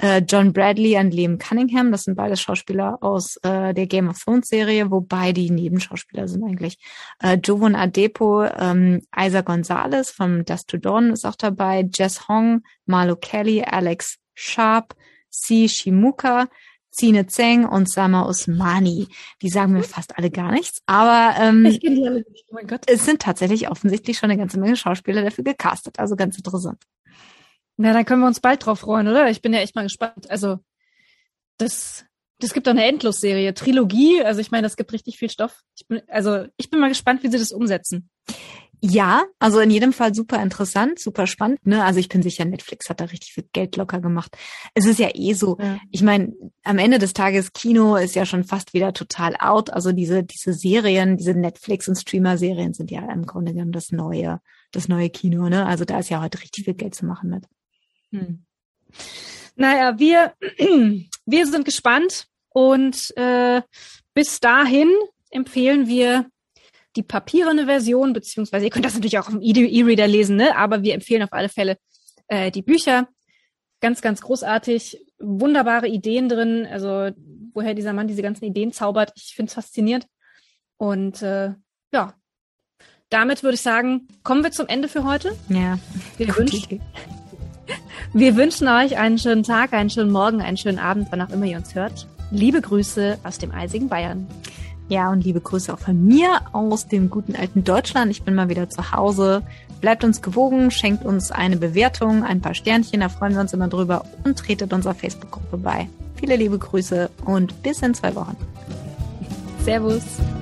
äh, John Bradley und Liam Cunningham. Das sind beide Schauspieler aus äh, der Game of Thrones Serie, wobei die Nebenschauspieler sind eigentlich. Äh, Jovan Adepo, ähm, Isa Gonzalez von Dusk to Dawn ist auch dabei, Jess Hong, Marlo Kelly, Alex Sharp, Si Shimuka, Zine Zeng und Sama Osmani. Die sagen mir fast alle gar nichts, aber ähm, ich kenne die alle nicht. Oh mein Gott. Es sind tatsächlich offensichtlich schon eine ganze Menge Schauspieler dafür gecastet, also ganz interessant. Na, dann können wir uns bald drauf freuen, oder? Ich bin ja echt mal gespannt. Also das, das gibt doch eine Endlosserie, Trilogie. Also ich meine, das gibt richtig viel Stoff. Ich bin, also ich bin mal gespannt, wie sie das umsetzen. Ja, also in jedem Fall super interessant, super spannend, ne? Also ich bin sicher, Netflix hat da richtig viel Geld locker gemacht. Es ist ja eh so, ja. Ich meine, am Ende des Tages, Kino ist ja schon fast wieder total out. Also diese diese Serien, diese Netflix- und Streamer-Serien sind ja im Grunde genommen das neue, das neue Kino, ne? Also da ist ja heute richtig viel Geld zu machen mit. Hm. Naja, wir, wir sind gespannt und äh, bis dahin empfehlen wir die papierende Version, beziehungsweise ihr könnt das natürlich auch im E-Reader lesen, ne? Aber wir empfehlen auf alle Fälle äh, die Bücher. Ganz, ganz großartig, wunderbare Ideen drin, also woher dieser Mann diese ganzen Ideen zaubert. Ich finde es faszinierend. Und äh, ja, damit würde ich sagen, kommen wir zum Ende für heute. Ja, wir wünschen, wir wünschen euch einen schönen Tag, einen schönen Morgen, einen schönen Abend, wann auch immer ihr uns hört. Liebe Grüße aus dem eisigen Bayern. Ja, und liebe Grüße auch von mir aus dem guten alten Deutschland. Ich bin mal wieder zu Hause. Bleibt uns gewogen, schenkt uns eine Bewertung, ein paar Sternchen, da freuen wir uns immer drüber und tretet unserer Facebook-Gruppe bei. Viele liebe Grüße und bis in zwei Wochen. Servus.